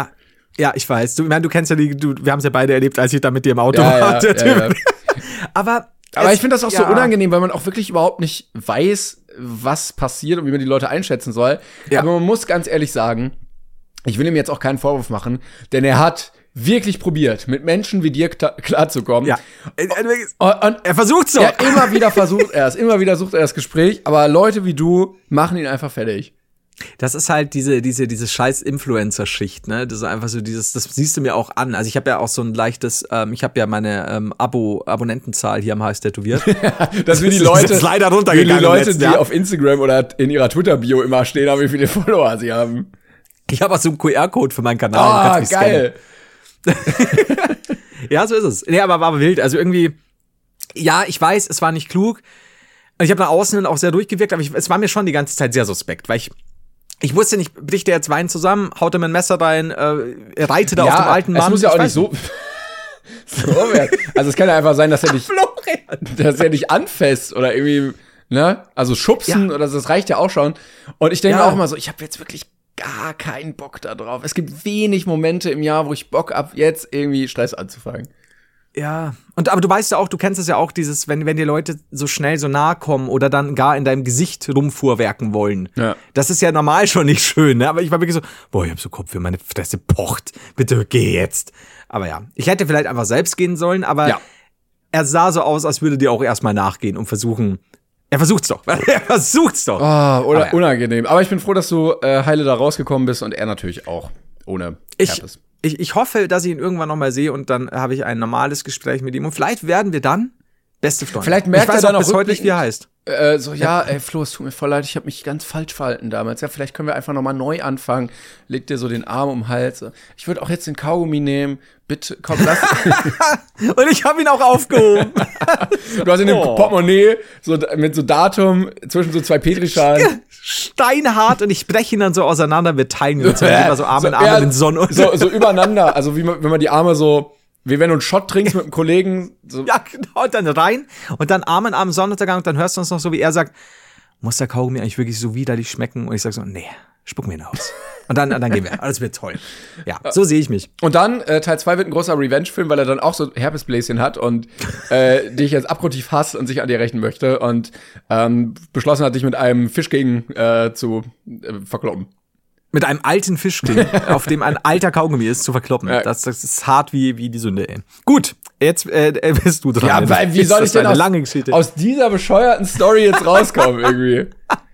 Ja, ich weiß. Du kennst ja wir haben es ja beide erlebt, als ich da mit dir im Auto war. Der Typ. Aber ich finde das auch so unangenehm, weil man auch wirklich überhaupt nicht weiß, was passiert und wie man die Leute einschätzen soll. Ja. Aber man muss ganz ehrlich sagen, ich will ihm jetzt auch keinen Vorwurf machen, denn er hat wirklich probiert, mit Menschen wie dir klarzukommen. Ja. Und er versucht's doch. Ja, immer wieder sucht er das Gespräch, aber Leute wie du machen ihn einfach fertig. Das ist halt diese scheiß Influencer-Schicht, ne? Das ist einfach so das siehst du mir auch an. Also ich habe ja auch so ein leichtes, ich habe ja meine Abonnentenzahl hier am Hals tätowiert. Das wie die Leute, ist leider runtergegangen. Wie die Leute, die auf Instagram oder in ihrer Twitter-Bio immer stehen haben, wie viele Follower sie haben. Ich habe auch so einen QR-Code für meinen Kanal. Ah, geil. Ja, so ist es. Nee, aber war wild. Also irgendwie, ja, ich weiß, es war nicht klug. Ich habe nach außen hin auch sehr durchgewirkt, aber es war mir schon die ganze Zeit sehr suspekt, weil ich wusste nicht, bricht der jetzt Wein zusammen, haut er mir ein Messer rein, reitet er auf dem alten Mann. Es muss ja auch nicht so werden. Also es kann ja einfach sein, dass er dich anfasst oder irgendwie, ne? Also schubsen oder so, das reicht ja auch schon. Und ich denke mir auch mal so, ich habe jetzt wirklich gar keinen Bock da drauf. Es gibt wenig Momente im Jahr, wo ich Bock habe, jetzt irgendwie Stress anzufangen. Ja, aber du weißt ja auch, du kennst es ja auch, dieses, wenn dir Leute so schnell so nahe kommen oder dann gar in deinem Gesicht rumfuhrwerken wollen. Ja. Das ist ja normal schon nicht schön, ne? Aber ich war wirklich so, boah, ich hab so Kopf, meine Fresse pocht. Bitte geh jetzt. Aber ja, ich hätte vielleicht einfach selbst gehen sollen, aber er sah so aus, als würde dir auch erstmal nachgehen und versuchen. Er versucht's doch. Oh, oder unangenehm. Aber ich bin froh, dass du heile da rausgekommen bist und er natürlich auch. Ohne Herpes. Ich hoffe, dass ich ihn irgendwann noch mal sehe und dann habe ich ein normales Gespräch mit ihm. Und vielleicht werden wir dann beste Freunde. Vielleicht merkt er dann auch bis heute nicht, wie er heißt. Ey Flo, es tut mir voll leid, ich habe mich ganz falsch verhalten damals. Ja, vielleicht können wir einfach noch mal neu anfangen. Leg dir so den Arm um den Hals. Ich würde auch jetzt den Kaugummi nehmen. Bitte, komm, lass. Und ich habe ihn auch aufgehoben. Du hast in dem Portemonnaie so mit so Datum zwischen so zwei Petrischalen. Steinhart und ich breche ihn dann so auseinander. Wir teilen uns dann immer so Arm in Arm in den Sonnen. So übereinander. Also wie wenn man die Arme so, wie wenn du einen Shot trinkst mit einem Kollegen. So. Ja, genau, und dann rein und dann Arm in Arm Sonnenuntergang und dann hörst du uns noch so, wie er sagt, muss der Kaugummi eigentlich wirklich so widerlich schmecken? Und ich sag so, nee, spuck mir ihn aus. Und dann gehen wir. Alles wird toll. Ja, so sehe ich mich. Und dann, Teil 2 wird ein großer Revenge-Film, weil er dann auch so Herpesbläschen hat und dich jetzt abgrundtief hasst und sich an dir rächen möchte und beschlossen hat, dich mit einem Fischking zu verkloppen. Mit einem alten Fischking, auf dem ein alter Kaugummi ist, zu verkloppen. Ja. Das ist hart wie die Sünde, ey. Gut, jetzt bist du dran. Ja, weil wie soll ich denn aus dieser bescheuerten Story jetzt rauskommen irgendwie?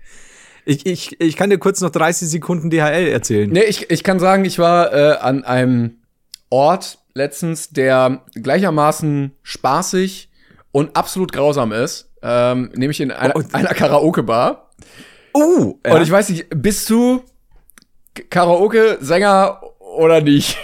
Ich kann dir kurz noch 30 Sekunden DHL erzählen. Nee, ich kann sagen, ich war an einem Ort letztens, der gleichermaßen spaßig und absolut grausam ist. Nämlich in einer Karaoke-Bar. Ja. Und ich weiß nicht, bist du Karaoke-Sänger oder nicht?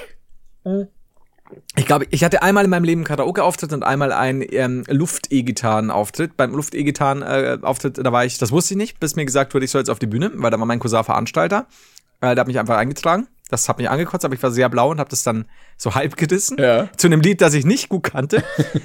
Ich glaube, ich hatte einmal in meinem Leben einen Karaoke-Auftritt und einmal einen Luft-E-Gitarren-Auftritt. Beim Luft-E-Gitarren-Auftritt, das wusste ich nicht, bis mir gesagt wurde, ich soll jetzt auf die Bühne, weil da war mein Cousin Veranstalter. Der hat mich einfach eingetragen. Das hat mich angekotzt, aber ich war sehr blau und habe das dann so halb gerissen. Ja. Zu einem Lied, das ich nicht gut kannte.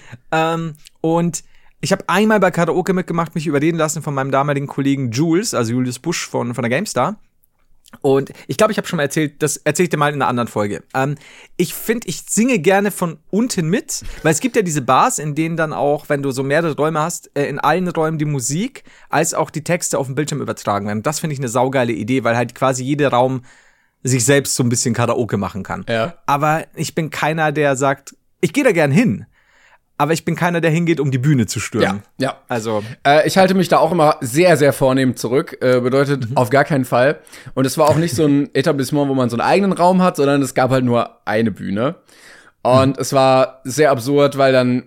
Und ich habe einmal bei Karaoke mitgemacht, mich überreden lassen von meinem damaligen Kollegen Jules, also Julius Busch von der GameStar. Und ich glaube, ich habe schon mal erzählt, das erzähle ich dir mal in einer anderen Folge. Ich finde, ich singe gerne von unten mit, weil es gibt ja diese Bars, in denen dann auch, wenn du so mehrere Räume hast, in allen Räumen die Musik als auch die Texte auf dem Bildschirm übertragen werden. Das finde ich eine saugeile Idee, weil halt quasi jeder Raum sich selbst so ein bisschen Karaoke machen kann. Ja. Aber ich bin keiner, der sagt, ich gehe da gern hin. Aber ich bin keiner, der hingeht, um die Bühne zu stürmen. Ja. Also ich halte mich da auch immer sehr, sehr vornehm zurück. Bedeutet auf gar keinen Fall. Und es war auch nicht so ein Etablissement, wo man so einen eigenen Raum hat, sondern es gab halt nur eine Bühne. Und es war sehr absurd, weil dann,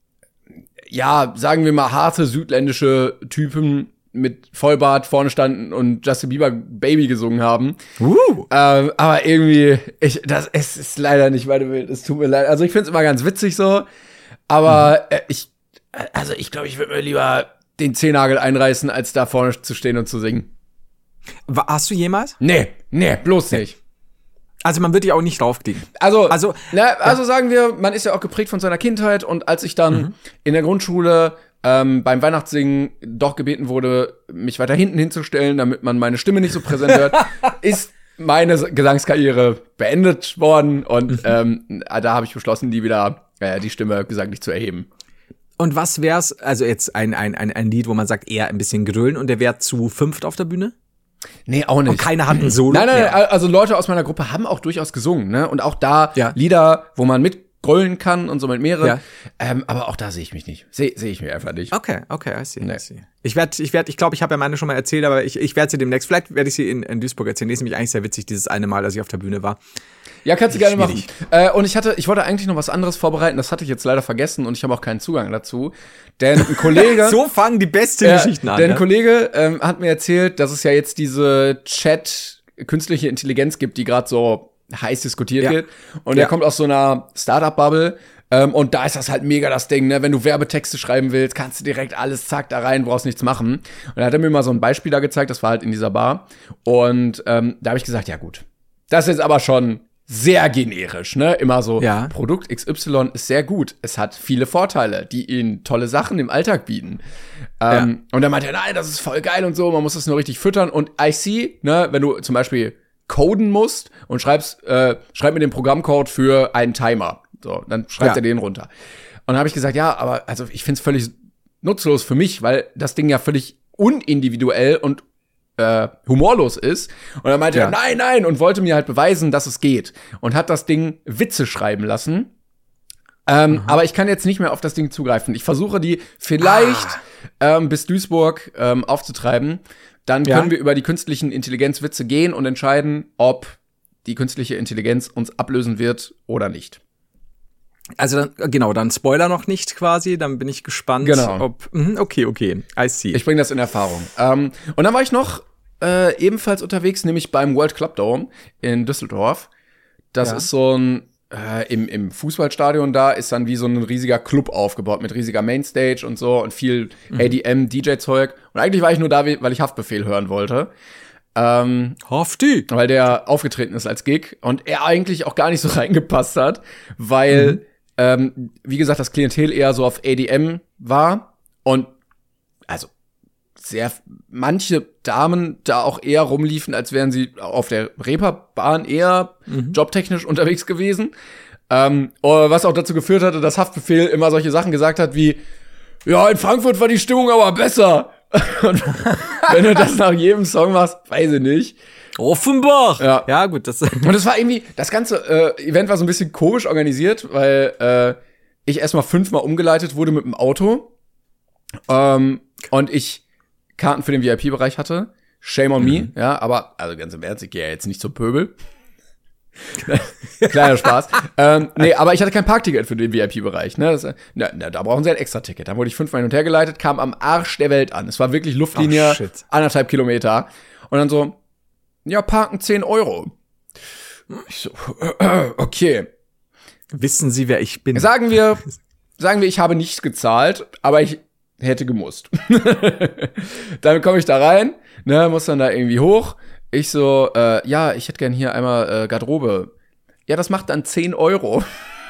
ja, sagen wir mal, harte südländische Typen mit Vollbart vorne standen und Justin Bieber Baby gesungen haben. Aber irgendwie, es ist leider nicht meine Welt. Es tut mir leid. Also ich find's immer ganz witzig so. Aber ich glaube, ich würde mir lieber den Zehennagel einreißen, als da vorne zu stehen und zu singen. Hast du jemals? Nee, bloß nicht. Also man wird dich auch nicht draufkriegen. Also sagen wir, man ist ja auch geprägt von seiner Kindheit und als ich dann in der Grundschule beim Weihnachtssingen doch gebeten wurde, mich weiter hinten hinzustellen, damit man meine Stimme nicht so präsent hört, ist meine Gesangskarriere beendet worden und da habe ich beschlossen, die Stimme gesanglich zu erheben. Und was wär's, also jetzt ein Lied, wo man sagt, eher ein bisschen grölen und der wäre zu 5 auf der Bühne? Nee, auch nicht. Und keiner hat ein Solo? Nein, also Leute aus meiner Gruppe haben auch durchaus gesungen, ne? Und auch da Lieder, wo man mitgrölen kann und so mit mehreren. Ja. Aber auch da sehe ich mich nicht. Sehe ich mich einfach nicht. Okay, I see. Ich glaube, ich habe ja meine schon mal erzählt, aber ich werde sie demnächst, vielleicht werde ich sie in Duisburg erzählen. Die ist nämlich eigentlich sehr witzig, dieses eine Mal, als ich auf der Bühne war. Ja, kannst du gerne machen. Und ich wollte eigentlich noch was anderes vorbereiten, das hatte ich jetzt leider vergessen und ich habe auch keinen Zugang dazu. Denn ein Kollege. So fangen die besten Geschichten an. Denn ein Kollege hat mir erzählt, dass es ja jetzt diese künstliche Intelligenz gibt, die gerade so heiß diskutiert wird. Und er kommt aus so einer Startup-Bubble. Und da ist das halt mega das Ding, ne? Wenn du Werbetexte schreiben willst, kannst du direkt alles zack da rein, brauchst nichts machen. Und da hat er mir mal so ein Beispiel da gezeigt, das war halt in dieser Bar. Und da habe ich gesagt, ja gut, das ist aber schon sehr generisch, ne? Immer so, Produkt XY ist sehr gut. Es hat viele Vorteile, die ihnen tolle Sachen im Alltag bieten. Und dann meinte er, nein, das ist voll geil und so, man muss das nur richtig füttern. Und I see, ne, wenn du zum Beispiel coden musst und schreib mir den Programmcode für einen Timer. So, dann schreibt er den runter. Und dann habe ich gesagt, ja, aber also ich find's völlig nutzlos für mich, weil das Ding ja völlig unindividuell und humorlos ist. Und dann meinte er, nein, und wollte mir halt beweisen, dass es geht. Und hat das Ding Witze schreiben lassen. Aber ich kann jetzt nicht mehr auf das Ding zugreifen. Ich versuche die vielleicht bis Duisburg aufzutreiben. Dann können wir über die künstlichen Intelligenzwitze gehen und entscheiden, ob die künstliche Intelligenz uns ablösen wird oder nicht. Also dann Spoiler noch nicht quasi, dann bin ich gespannt, genau. Okay, I see. Ich bringe das in Erfahrung. Und dann war ich noch ebenfalls unterwegs, nämlich beim World Club Dome in Düsseldorf. Das ist so ein, im Fußballstadion da ist dann wie so ein riesiger Club aufgebaut mit riesiger Mainstage und so und viel ADM, DJ-Zeug. Und eigentlich war ich nur da, weil ich Haftbefehl hören wollte. Hafti! Weil der aufgetreten ist als Gig und er eigentlich auch gar nicht so reingepasst hat, weil wie gesagt, das Klientel eher so auf ADM war und also manche Damen da auch eher rumliefen, als wären sie auf der Reeperbahn eher jobtechnisch unterwegs gewesen. Was auch dazu geführt hatte, dass Haftbefehl immer solche Sachen gesagt hat wie, ja, in Frankfurt war die Stimmung aber besser. Und wenn du das nach jedem Song machst, weiß ich nicht. Offenbach! Ja, gut. Und das war irgendwie, das ganze Event war so ein bisschen komisch organisiert, weil ich erstmal 5-mal umgeleitet wurde mit dem Auto und ich Karten für den VIP-Bereich hatte. Shame on me, ja, aber also ganz im Ernst, ich gehe ja jetzt nicht zum Pöbel. Kleiner Spaß. Nee, aber ich hatte kein Parkticket für den VIP-Bereich. Ne? Da brauchen sie ein Extra-Ticket. Da wurde ich 5-mal hin und her geleitet, kam am Arsch der Welt an. Es war wirklich Luftlinie, 1,5 Kilometer. Und dann so, ja, parken 10 €. Ich so, okay. Wissen Sie, wer ich bin? Sagen wir, ich habe nicht gezahlt, aber ich hätte gemusst. Dann komme ich da rein, ne, muss dann da irgendwie hoch. Ich so, ja, ich hätte gern hier einmal Garderobe. Ja, das macht dann 10 €.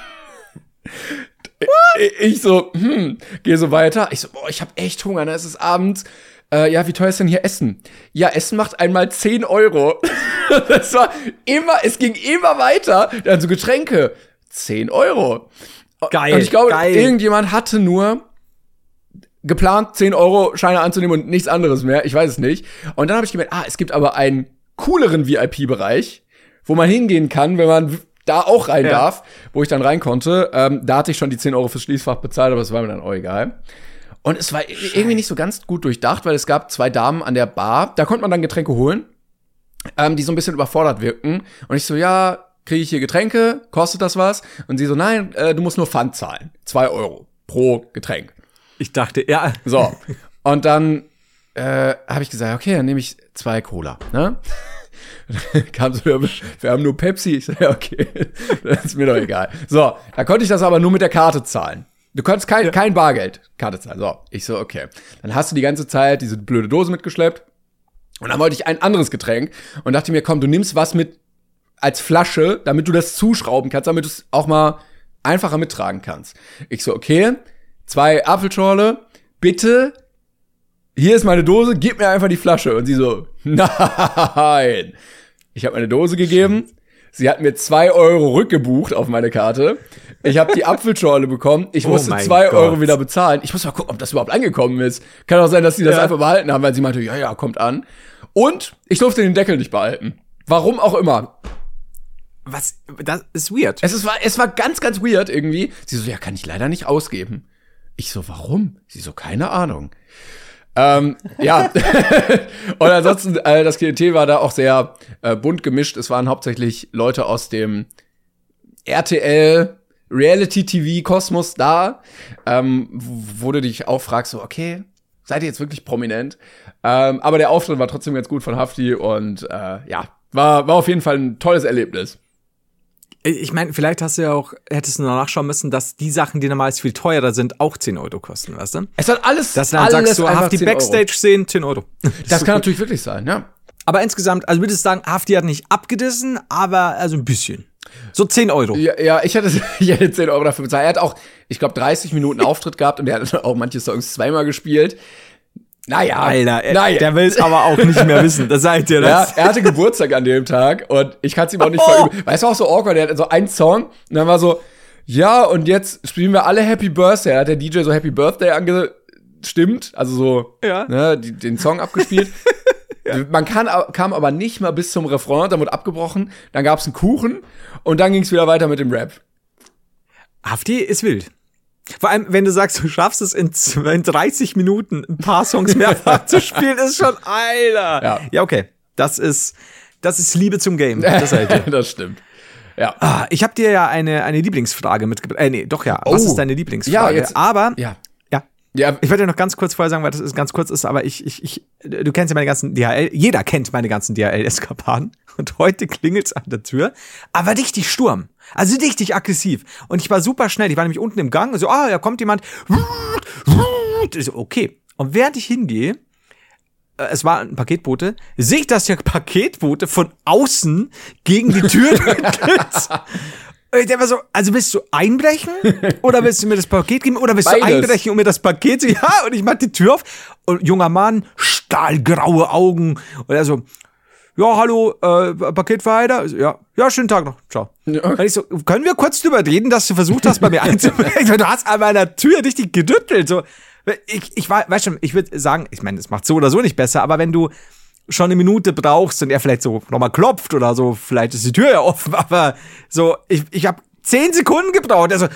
Ich so, gehe so weiter. Ich so, boah, ich habe echt Hunger, ne, es ist abends. Ja, wie teuer ist denn hier Essen? Ja, Essen macht einmal 10 €. Das war immer, es ging immer weiter. Dann so Getränke, 10 €. Geil. Und ich glaube, irgendjemand hatte nur geplant, 10 € Scheine anzunehmen und nichts anderes mehr. Ich weiß es nicht. Und dann habe ich gemerkt, es gibt aber einen cooleren VIP-Bereich, wo man hingehen kann, wenn man da auch rein darf, wo ich dann rein konnte. Da hatte ich schon die 10 € fürs Schließfach bezahlt, aber es war mir dann auch egal. Und es war irgendwie nicht so ganz gut durchdacht, weil es gab 2 Damen an der Bar. Da konnte man dann Getränke holen, die so ein bisschen überfordert wirkten. Und ich so, ja, kriege ich hier Getränke? Kostet das was? Und sie so, nein, du musst nur Pfand zahlen. 2 € pro Getränk. Ich dachte, ja. So. Und dann habe ich gesagt, okay, dann nehme ich 2 Cola, ne? Kam so, wir haben nur Pepsi. Ich so, ja, okay, das ist mir doch egal. So, da konnte ich das aber nur mit der Karte zahlen. Du konntest kein Bargeld Karte zahlen. So, ich so, okay. Dann hast du die ganze Zeit diese blöde Dose mitgeschleppt. Und dann wollte ich ein anderes Getränk und dachte mir, komm, du nimmst was mit als Flasche, damit du das zuschrauben kannst, damit du es auch mal einfacher mittragen kannst. Ich so, okay, 2 Apfelschorle, bitte, hier ist meine Dose, gib mir einfach die Flasche. Und sie so, nein. Ich habe eine Dose gegeben. Sie hat mir 2 Euro rückgebucht auf meine Karte. Ich habe die Apfelschorle bekommen. Ich musste 2 Euro wieder bezahlen. Ich muss mal gucken, ob das überhaupt angekommen ist. Kann auch sein, dass sie das einfach behalten haben, weil sie meinte, ja, kommt an. Und ich durfte den Deckel nicht behalten. Warum auch immer. Was? Das ist weird. Es war ganz, ganz weird irgendwie. Sie so, ja, kann ich leider nicht ausgeben. Ich so, warum? Sie so, keine Ahnung. Ja. Und ansonsten, das Klientel war da auch sehr bunt gemischt. Es waren hauptsächlich Leute aus dem RTL Reality-TV-Kosmos da, wo du dich auch fragst, so, okay, seid ihr jetzt wirklich prominent? Aber der Auftritt war trotzdem ganz gut von Hafti und ja, war auf jeden Fall ein tolles Erlebnis. Ich meine, vielleicht hättest du noch nachschauen müssen, dass die Sachen, die normalerweise viel teurer sind, auch 10 Euro kosten, weißt du? Es hat alles, dass du dann sagst, du Hafti Backstage sehen, 10 Euro. Das kann natürlich wirklich sein, ja. Aber insgesamt, also würdest du sagen, Hafti hat nicht abgedissen, aber also ein bisschen. So 10 Euro. Ja, ich hätte 10 Euro dafür bezahlt. Er hat auch, ich glaube, 30 Minuten Auftritt gehabt und er hat auch manche Songs zweimal gespielt. Naja. Alter, der will es aber auch nicht mehr wissen, das seid ihr das. Ja, er hatte Geburtstag an dem Tag und ich kann es ihm auch nicht verüben. Weißt du, auch so awkward, er hat so einen Song und dann war so, ja, und jetzt spielen wir alle Happy Birthday. Da hat der DJ so Happy Birthday angestimmt, also so, ne, den Song abgespielt. Man kam aber nicht mal bis zum Refrain, dann wurde abgebrochen, dann gab's einen Kuchen und dann ging's wieder weiter mit dem Rap. Hafti ist wild. Vor allem, wenn du sagst, du schaffst es in 30 Minuten ein paar Songs mehrfach zu spielen, ist schon, Alter. Ja, okay. Das ist Liebe zum Game. Das stimmt. Ja. Ich habe dir ja eine Lieblingsfrage mitgebracht. Was ist deine Lieblingsfrage? Ja, jetzt, aber ja, ich werde dir noch ganz kurz vorher sagen, weil das ganz kurz ist, aber du kennst ja meine ganzen jeder kennt meine ganzen DHL-Eskapaden und heute klingelt's an der Tür, aber richtig Sturm, also richtig aggressiv und ich war super schnell, ich war nämlich unten im Gang, so, da kommt jemand, so, okay, und während ich hingehe, es war ein Paketbote, sehe ich, dass der Paketbote von außen gegen die Tür tritt. Und ich denke so, also willst du einbrechen? Oder willst du mir das Paket geben? Oder willst du einbrechen und mir das Paket? Ja, und ich mach die Tür auf. Und junger Mann, stahlgraue Augen. Und er so, ja, hallo, Paketverheider? Ja, schönen Tag noch. Ciao. Ja. Und ich so, können wir kurz drüber reden, dass du versucht hast, bei mir einzubrechen? Du hast an meiner Tür richtig gedüttelt. So, ich würde sagen, ich meine, es macht so oder so nicht besser, aber wenn du schon eine Minute brauchst und er vielleicht so nochmal klopft oder so, vielleicht ist die Tür ja offen, aber so, ich habe 10 Sekunden gebraucht. Also,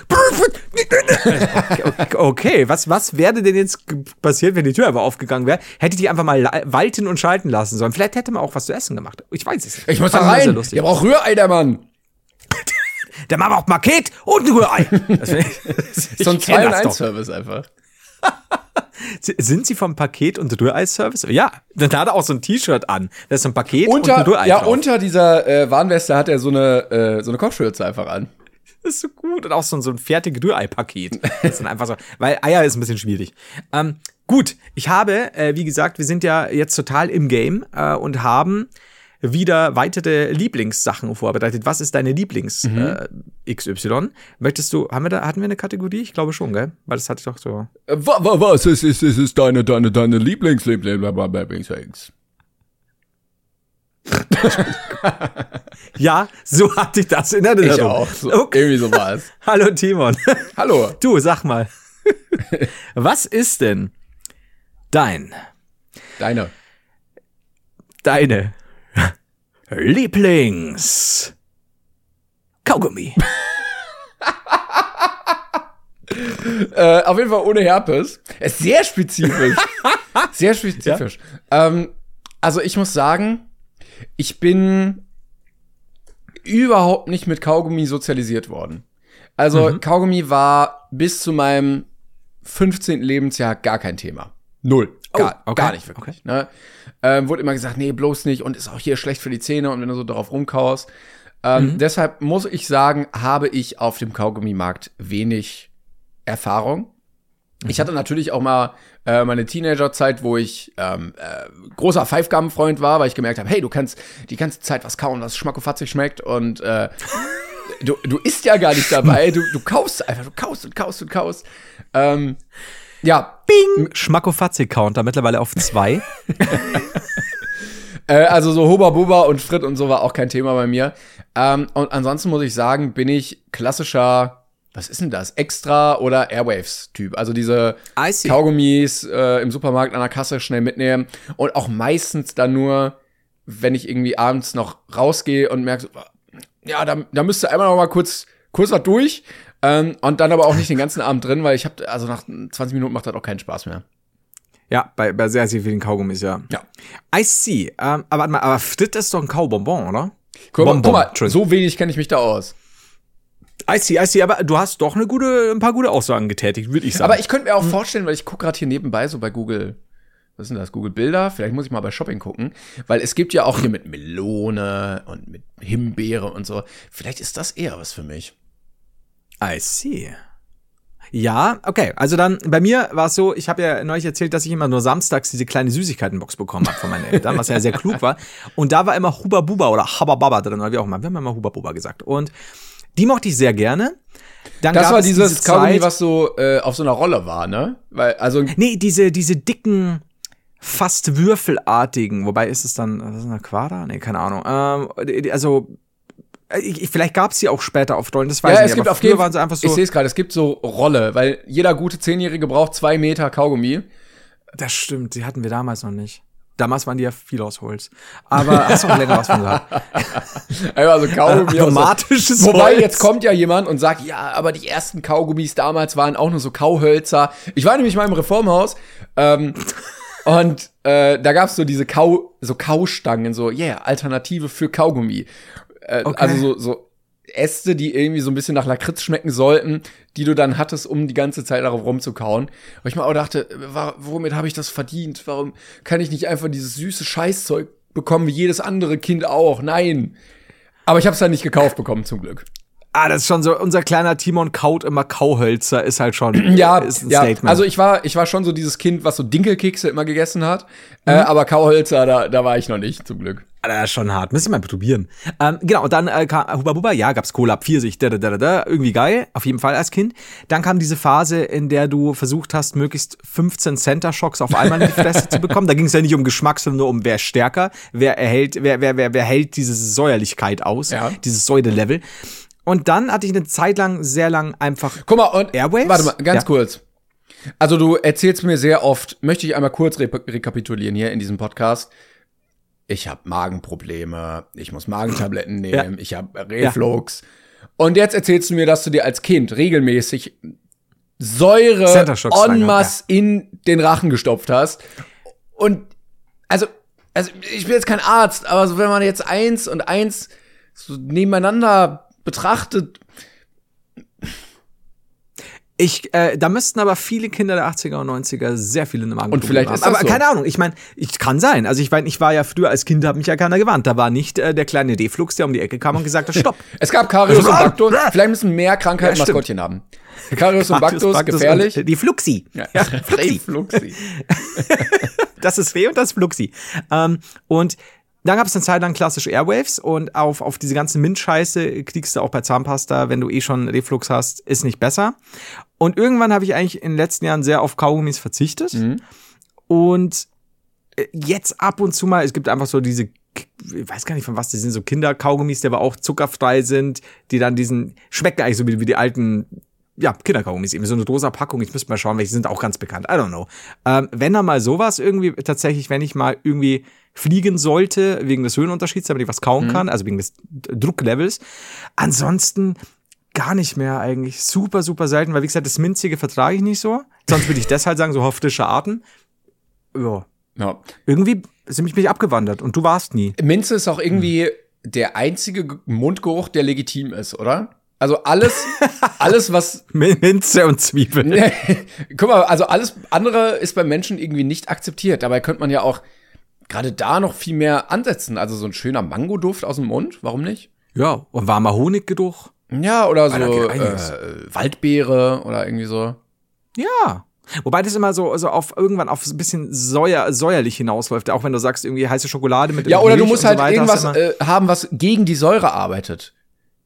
okay, was wäre denn jetzt passiert, wenn die Tür aber aufgegangen wäre? Hätte die einfach mal walten und schalten lassen sollen. Vielleicht hätte man auch was zu essen gemacht. Ich weiß es nicht. Ich muss da rein. Der braucht Rührei, der Mann. Der Mann braucht Paket und Rührei. So ein 2-in-1-Service einfach. Sind Sie vom Paket- und Rührei-Service? Ja, dann hat er auch so ein T-Shirt an. Da ist so ein Paket und ein Rührei drauf. Unter dieser Warnweste hat er so eine Kopfschürze einfach an. Das ist so gut. Und auch so ein fertiges Rührei-Paket. Das ist dann einfach so, weil Eier ist ein bisschen schwierig. Gut, ich habe, wie gesagt, wir sind ja jetzt total im Game und haben wieder weitere Lieblingssachen vorbereitet. Was ist deine Lieblings XY? Hatten wir eine Kategorie? Ich glaube schon, gell? Weil das hatte ich doch so. Was ist deine Lieblings? Ja, so hatte ich das in Erinnerung. Ich auch. So, okay. Irgendwie so war es. Hallo Timon. Hallo. Du, sag mal. Was ist denn deine Lieblings Kaugummi? Auf jeden Fall ohne Herpes. Ist sehr spezifisch. Sehr spezifisch. Ja? Also ich muss sagen, ich bin überhaupt nicht mit Kaugummi sozialisiert worden. Also Kaugummi war bis zu meinem 15. Lebensjahr gar kein Thema. Null. Gar nicht wirklich. Okay. Ne? Wurde immer gesagt, nee, bloß nicht und ist auch hier schlecht für die Zähne und wenn du so drauf rumkaust. Deshalb muss ich sagen, habe ich auf dem Kaugummimarkt wenig Erfahrung. Ich hatte natürlich auch mal meine Teenagerzeit, wo ich großer Five Gum-Freund war, weil ich gemerkt habe, hey, du kannst die ganze Zeit was kauen, was schmackofatzig schmeckt und du isst ja gar nicht dabei, du kaust einfach, du kaust und kaust und kaust. Ja. Bing! Schmackofatzig-Counter mittlerweile auf 2. Also so Hubba Bubba und Fritt und so war auch kein Thema bei mir. Und ansonsten muss ich sagen, bin ich klassischer, was ist denn das? Extra oder Airwaves-Typ. Also diese Kaugummis im Supermarkt an der Kasse schnell mitnehmen. Und auch meistens dann nur, wenn ich irgendwie abends noch rausgehe und merke, ja, da müsste einmal noch mal kurz was durch. Und dann aber auch nicht den ganzen Abend drin, weil also nach 20 Minuten macht das auch keinen Spaß mehr. Ja, bei sehr, sehr vielen Kaugummis, ja. I see. Aber Fritt ist doch ein Kaubonbon, oder? Guck mal, so wenig kenne ich mich da aus. I see, aber du hast doch ein paar gute Aussagen getätigt, würde ich sagen. Aber ich könnte mir auch vorstellen, weil ich gucke gerade hier nebenbei so bei Google, was ist denn das, Google Bilder? Vielleicht muss ich mal bei Shopping gucken, weil es gibt ja auch hier mit Melone und mit Himbeere und so. Vielleicht ist das eher was für mich. I see. Ja, okay. Also dann, bei mir war es so, ich habe ja neulich erzählt, dass ich immer nur samstags diese kleine Süßigkeitenbox bekommen habe von meinen Eltern, was ja sehr klug war. Und da war immer Hubba Bubba oder Habba Baba drin, oder wie auch immer. Wir haben immer Hubba Bubba gesagt. Und die mochte ich sehr gerne. Dann das war dieses Kaugummi, was so auf so einer Rolle war, ne? Nee, diese dicken, fast würfelartigen. Wobei ist es dann, was ist eine Quader? Nee, keine Ahnung. Vielleicht gab es sie auch später auf Rollen, das weiß ich nicht. Gibt auf jeden Fall, waren sie einfach so. Ich sehe es gerade, es gibt so Rolle, weil jeder gute 10-Jährige braucht 2 Meter Kaugummi. Das stimmt, die hatten wir damals noch nicht. Damals waren die ja viel aus Holz. Aber hast du auch länger was von gehabt. Also Kaugummi. Automatisches Holz. Wobei, Holz. jetzt kommt ja jemand und sagt, ja, aber die ersten Kaugummis damals waren auch nur so Kauhölzer. Ich war nämlich mal im Reformhaus, und da gab's so diese Kaustangen, so, Alternative für Kaugummi. Okay. Also so Äste, die irgendwie so ein bisschen nach Lakritz schmecken sollten, die du dann hattest, um die ganze Zeit darauf rumzukauen. Weil ich mir auch dachte, womit habe ich das verdient? Warum kann ich nicht einfach dieses süße Scheißzeug bekommen, wie jedes andere Kind auch? Nein. Aber ich habe es dann nicht gekauft bekommen, zum Glück. Das ist schon so, unser kleiner Timon kaut immer Kauhölzer, ist halt schon ist ein Statement. Also ich war schon so dieses Kind, was so Dinkelkekse immer gegessen hat, aber Kauhölzer, da war ich noch nicht, zum Glück. Das ist schon hart, müssen wir mal probieren. Genau, und dann kam Hubba Bubba, gab's Cola, Pfirsich, irgendwie geil, auf jeden Fall als Kind. Dann kam diese Phase, in der du versucht hast, möglichst 15 Center-Shocks auf einmal in die Fresse zu bekommen. Da ging es ja nicht um Geschmack, sondern nur um wer ist stärker, wer hält diese Säuerlichkeit aus, dieses Säure-Level. Und dann hatte ich eine Zeit lang, sehr lang einfach Guck mal, und Airwaves. Warte mal, ganz kurz. Also du erzählst mir sehr oft, möchte ich einmal kurz rekapitulieren hier in diesem Podcast. Ich habe Magenprobleme, ich muss Magentabletten nehmen, ich habe Reflux. Und jetzt erzählst du mir, dass du dir als Kind regelmäßig Säure en masse in den Rachen gestopft hast. Und also ich bin jetzt kein Arzt, aber so, wenn man jetzt 1 und 1 so nebeneinander betrachtet. Da müssten aber viele Kinder der 80er und 90er sehr viele Magenprobleme und vielleicht haben. ist das aber so. Keine Ahnung, ich meine, kann sein. Also ich meine, ich war ja früher als Kind, hat mich ja keiner gewarnt. Da war nicht der kleine Reflux, der um die Ecke kam und gesagt hat, stopp. Es gab Karius und Baktus. Vielleicht müssen mehr Krankheiten Maskottchen haben. Karius und Baktus, gefährlich. Die Fluxi. Ja, Fluxi. Das ist Reh und das ist Fluxi. Und dann gab es eine Zeit lang klassische Airwaves und auf diese ganzen Mint-Scheiße kriegst du auch bei Zahnpasta, wenn du schon Reflux hast, ist nicht besser. Und irgendwann habe ich eigentlich in den letzten Jahren sehr auf Kaugummis verzichtet. Und jetzt ab und zu mal, es gibt einfach so diese, ich weiß gar nicht von was die sind, so Kinderkaugummis, die aber auch zuckerfrei sind, die dann schmecken eigentlich so wie die alten, Kinderkaugummis, eben so eine rosa Packung. Ich müsste mal schauen, welche sind auch ganz bekannt. I don't know. Wenn da mal sowas irgendwie, tatsächlich, wenn ich mal irgendwie fliegen sollte, wegen des Höhenunterschieds, damit ich was kauen kann, also wegen des Drucklevels. Ansonsten gar nicht mehr eigentlich. Super, super selten, weil wie gesagt, das Minzige vertrage ich nicht so. Sonst würde ich deshalb sagen, so frischer Atem. Ja. Irgendwie bin ich abgewandert und du warst nie. Minze ist auch irgendwie der einzige Mundgeruch, der legitim ist, oder? Also alles was Minze und Zwiebeln. Guck mal, also alles andere ist beim Menschen irgendwie nicht akzeptiert. Dabei könnte man ja auch gerade da noch viel mehr ansetzen. Also so ein schöner Mangoduft aus dem Mund, warum nicht? Ja, und warmer Honiggeruch. Ja, oder so Waldbeere oder irgendwie so. Ja. Wobei das immer so irgendwann auf ein bisschen säuerlich hinausläuft. Auch wenn du sagst, irgendwie heiße Schokolade mit oder Milch du musst halt so weiter, irgendwas haben, was gegen die Säure arbeitet.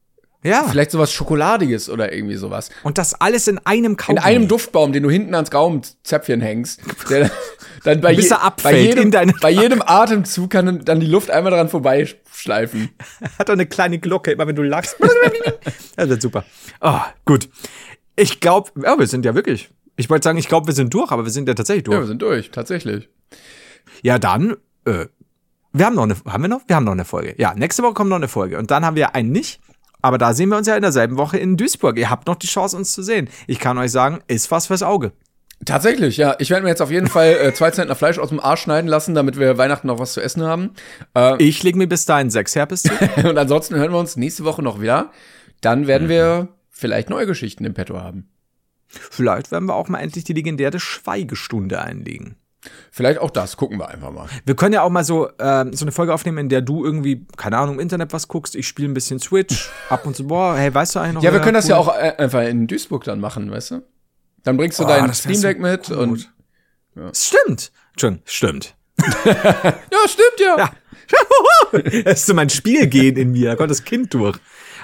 Ja. Vielleicht sowas Schokoladiges oder irgendwie sowas. Und das alles in einem Kaugummi. In einem Duftbaum, den du hinten ans Gaumenzäpfchen hängst. Der dann Bis er abfällt bei jedem Atemzug kann dann die Luft einmal dran vorbeischleifen. Hat doch eine kleine Glocke, immer wenn du lachst. Das wird super. Oh, gut. Ich glaube, wir sind ja wirklich. Ich wollte sagen, ich glaube, wir sind durch, aber wir sind ja tatsächlich durch. Ja, wir sind durch, tatsächlich. Ja, dann, wir haben noch eine Folge. Ja, nächste Woche kommt noch eine Folge. Und dann haben wir einen nicht. Aber da sehen wir uns ja in derselben Woche in Duisburg. Ihr habt noch die Chance, uns zu sehen. Ich kann euch sagen, ist was fürs Auge. Tatsächlich, ja. Ich werde mir jetzt auf jeden Fall 2 Zentner Fleisch aus dem Arsch schneiden lassen, damit wir Weihnachten noch was zu essen haben. Ich lege mir bis dahin 6 Herpes zu. Und ansonsten hören wir uns nächste Woche noch wieder. Dann werden wir vielleicht neue Geschichten im Petto haben. Vielleicht werden wir auch mal endlich die legendäre Schweigestunde einlegen. Vielleicht auch das, gucken wir einfach mal. Wir können ja auch mal so eine Folge aufnehmen, in der du irgendwie, keine Ahnung, im Internet was guckst, ich spiele ein bisschen Switch, ab und zu, hey, weißt du eigentlich noch? Ja, wir können das ja auch einfach in Duisburg dann machen, weißt du? Dann bringst du dein Steam Deck mit gut. und Stimmt. Stimmt. ja, stimmt ja. Ja. Das ist so mein Spielgehen in mir, da kommt das Kind durch.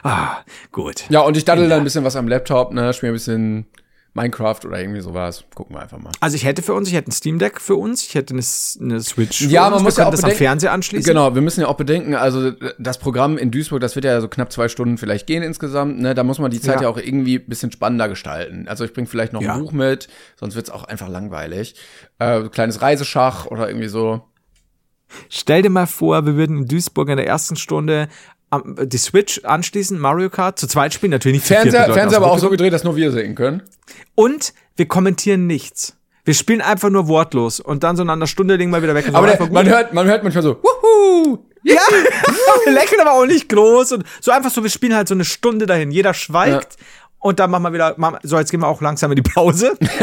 Gut. Ja, und ich daddel dann ein bisschen was am Laptop, ne, spiele ein bisschen Minecraft oder irgendwie sowas. Gucken wir einfach mal. Also ich hätte ein Steam Deck für uns, ich hätte eine Switch für ja, uns. man muss ja auch das am Fernseher anschließen. Genau, wir müssen ja auch bedenken, also das Programm in Duisburg, das wird ja so knapp 2 Stunden vielleicht gehen insgesamt, ne? Da muss man die Zeit ja auch irgendwie ein bisschen spannender gestalten. Also ich bringe vielleicht noch ein Buch mit, sonst wird's auch einfach langweilig. Kleines Reiseschach oder irgendwie so. Stell dir mal vor, wir würden in Duisburg in der ersten Stunde die Switch anschließen, Mario Kart, zu zweit spielen, natürlich nicht. Fernseher aber auch so gedreht, dass nur wir sehen können. Und wir kommentieren nichts. Wir spielen einfach nur wortlos und dann so nach einer Stunde legen wir wieder weg. Aber man hört manchmal so, wuhu! Ja, wir lächeln aber auch nicht groß und so einfach so, wir spielen halt so eine Stunde dahin. Jeder schweigt. Ja. Und dann machen wir wieder, so jetzt gehen wir auch langsam in die Pause. und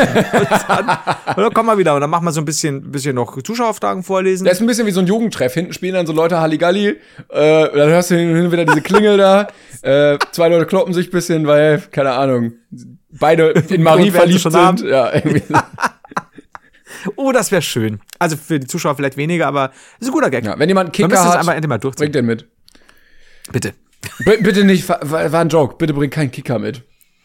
dann kommen wir wieder und dann machen wir so ein bisschen noch Zuschauerfragen vorlesen. Das ist ein bisschen wie so ein Jugendtreff. Hinten spielen dann so Leute Halligalli. Dann hörst du hin und wieder diese Klingel da. 2 Leute kloppen sich ein bisschen, weil, keine Ahnung, beide in Marie verliebt sind. Haben. Ja, irgendwie so. Oh, das wäre schön. Also für die Zuschauer vielleicht weniger, aber ist ein guter Gag. Ja, wenn jemand einen Kicker hat, bringt den mit. Bitte. Bitte nicht, war ein Joke. Bitte bring keinen Kicker mit.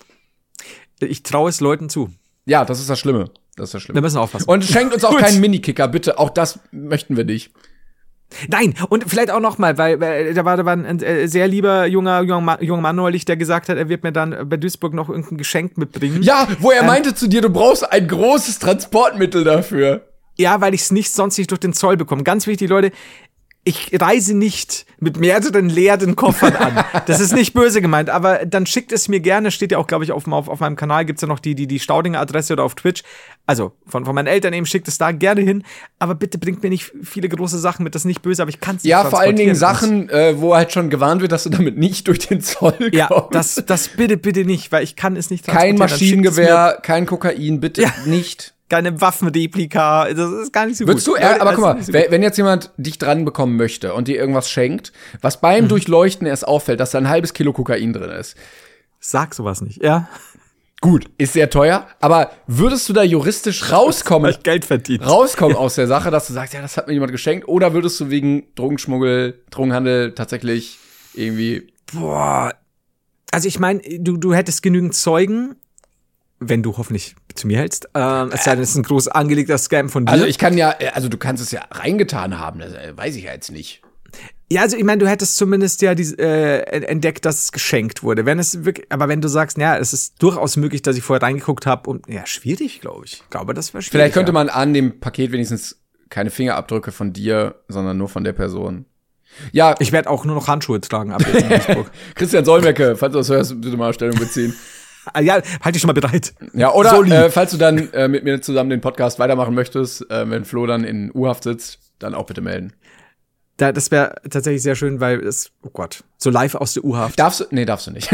Ich traue es Leuten zu. Ja, das ist das Schlimme. Wir müssen aufpassen. Und schenkt uns auch keinen Minikicker, bitte. Auch das möchten wir nicht. Nein, und vielleicht auch noch mal, weil da war ein sehr lieber junger Mann neulich, der gesagt hat, er wird mir dann bei Duisburg noch irgendein Geschenk mitbringen. Ja, wo er meinte zu dir, du brauchst ein großes Transportmittel dafür. Ja, weil ich es sonst nicht durch den Zoll bekomme. Ganz wichtig, Leute, ich reise nicht mit mehreren leeren Koffern an. Das ist nicht böse gemeint, aber dann schickt es mir gerne, steht ja auch, glaube ich, auf meinem Kanal, gibt's ja noch die Staudinger Adresse oder auf Twitch. Also von meinen Eltern eben, schickt es da gerne hin. Aber bitte bringt mir nicht viele große Sachen mit, das ist nicht böse, aber ich kann es nicht transportieren. Ja, vor allen Dingen Sachen, wo halt schon gewarnt wird, dass du damit nicht durch den Zoll kommst. Ja, das bitte nicht, weil ich kann es nicht transportieren. Kein Maschinengewehr, kein Kokain, bitte nicht. Keine Waffenreplika, das ist gar nicht so Würdest gut. Aber guck mal, wenn jetzt jemand dich dran bekommen möchte und dir irgendwas schenkt, was beim Durchleuchten erst auffällt, dass da ein halbes Kilo Kokain drin ist. Sag sowas nicht, ja? Gut, ist sehr teuer, aber würdest du da juristisch rauskommen? Weil ich Geld verdient. Rauskommen aus der Sache, dass du sagst, ja, das hat mir jemand geschenkt, oder würdest du wegen Drogenhandel tatsächlich irgendwie. Boah. Also ich meine, du hättest genügend Zeugen, wenn du hoffentlich zu mir hältst. Es sei denn, es ist ein groß angelegter Scam von dir. Also du kannst es ja reingetan haben, das weiß ich ja jetzt nicht. Ja, also ich meine, du hättest zumindest ja entdeckt, dass es geschenkt wurde. Aber wenn du sagst, ja, es ist durchaus möglich, dass ich vorher reingeguckt habe und ja, schwierig, glaube ich. Ich glaube, das wäre schwierig. Vielleicht könnte man an dem Paket wenigstens keine Fingerabdrücke von dir, sondern nur von der Person. Ja, ich werde auch nur noch Handschuhe tragen ab jetzt in Duisburg. Christian Solmecke, falls du das hörst, bitte mal Stellung beziehen. Ja, halt dich schon mal bereit. Ja, oder falls du dann mit mir zusammen den Podcast weitermachen möchtest, wenn Flo dann in U-Haft sitzt, dann auch bitte melden. Das wäre tatsächlich sehr schön, weil es, oh Gott, so live aus der U-Haft. Darfst du nicht.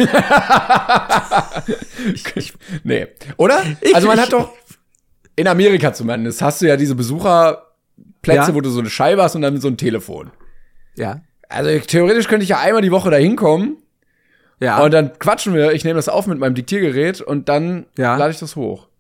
Nee. Oder? Also man hat doch, in Amerika zumindest, hast du ja diese Besucherplätze, wo du so eine Scheibe hast und dann so ein Telefon. Ja. Also theoretisch könnte ich ja einmal die Woche da hinkommen. Ja. Und dann quatschen wir, ich nehme das auf mit meinem Diktiergerät und dann lade ich das hoch.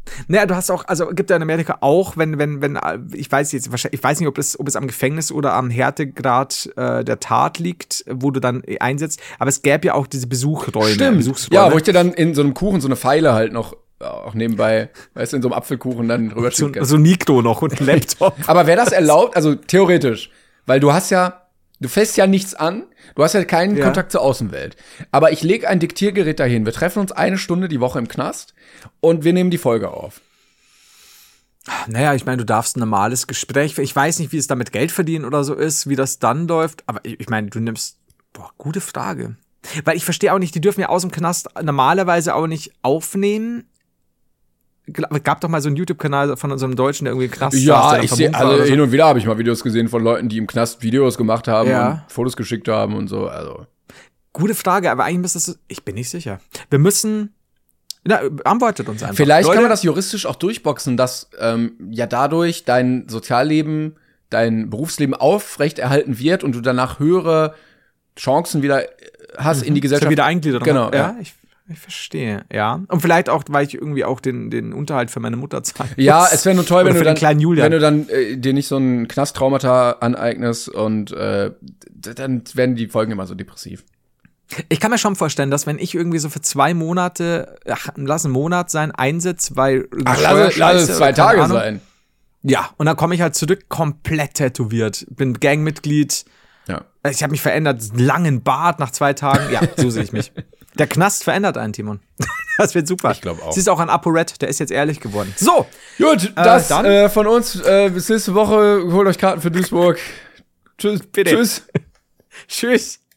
Naja, du hast auch, also gibt ja in Amerika auch, wenn, ich weiß nicht, ob es am Gefängnis oder am Härtegrad der Tat liegt, wo du dann einsetzt, aber es gäbe ja auch diese Besuchsräume. Stimmt. Ja, wo ich dir dann in so einem Kuchen so eine Pfeile halt noch auch nebenbei, weißt du, in so einem Apfelkuchen dann rüber schieben kannst. So ein Mikro noch und ein Laptop. Aber wäre das erlaubt? Also theoretisch, weil du fässt ja nichts an, du hast ja keinen Kontakt zur Außenwelt. Aber ich lege ein Diktiergerät dahin. Wir treffen uns 1 Stunde die Woche im Knast und wir nehmen die Folge auf. Naja, ich meine, du darfst ein normales Gespräch, ich weiß nicht, wie es da mit Geld verdienen oder so ist, wie das dann läuft, aber ich meine, du nimmst, gute Frage. Weil ich verstehe auch nicht, die dürfen ja aus dem Knast normalerweise auch nicht aufnehmen. Gab doch mal so einen YouTube-Kanal von unserem Deutschen, der irgendwie im Knast ja, ich sehe, also hin und wieder habe ich mal Videos gesehen von Leuten, die im Knast Videos gemacht haben und Fotos geschickt haben und so, also. Gute Frage, aber eigentlich müsste es, ich bin nicht sicher. Wir müssen, antwortet uns einfach. Vielleicht Leute, kann man das juristisch auch durchboxen, dass ja dadurch dein Sozialleben, dein Berufsleben aufrechterhalten wird und du danach höhere Chancen wieder hast in die Gesellschaft. Wieder eingliedert. Genau, ja. Ich verstehe, ja. Und vielleicht auch, weil ich irgendwie auch den Unterhalt für meine Mutter zahle. Ja, es wäre nur toll, wenn du dann dir nicht so einen Knasttraumata aneignest und dann werden die Folgen immer so depressiv. Ich kann mir schon vorstellen, dass wenn ich irgendwie so für 2 Monate, lass einen Monat sein, einsitze, weil lass es 2 Tage sein. Ja, und dann komme ich halt zurück, komplett tätowiert, bin Gangmitglied. Ja. Ich habe mich verändert, langen Bart nach 2 Tagen. Ja, so sehe ich mich. Der Knast verändert einen, Timon. Das wird super. Ich glaube auch. Siehst auch an ApoRed, der ist jetzt ehrlich geworden. So. Gut, das von uns. Bis nächste Woche. Holt euch Karten für Duisburg. Tschüss. Bitte. Tschüss. Tschüss.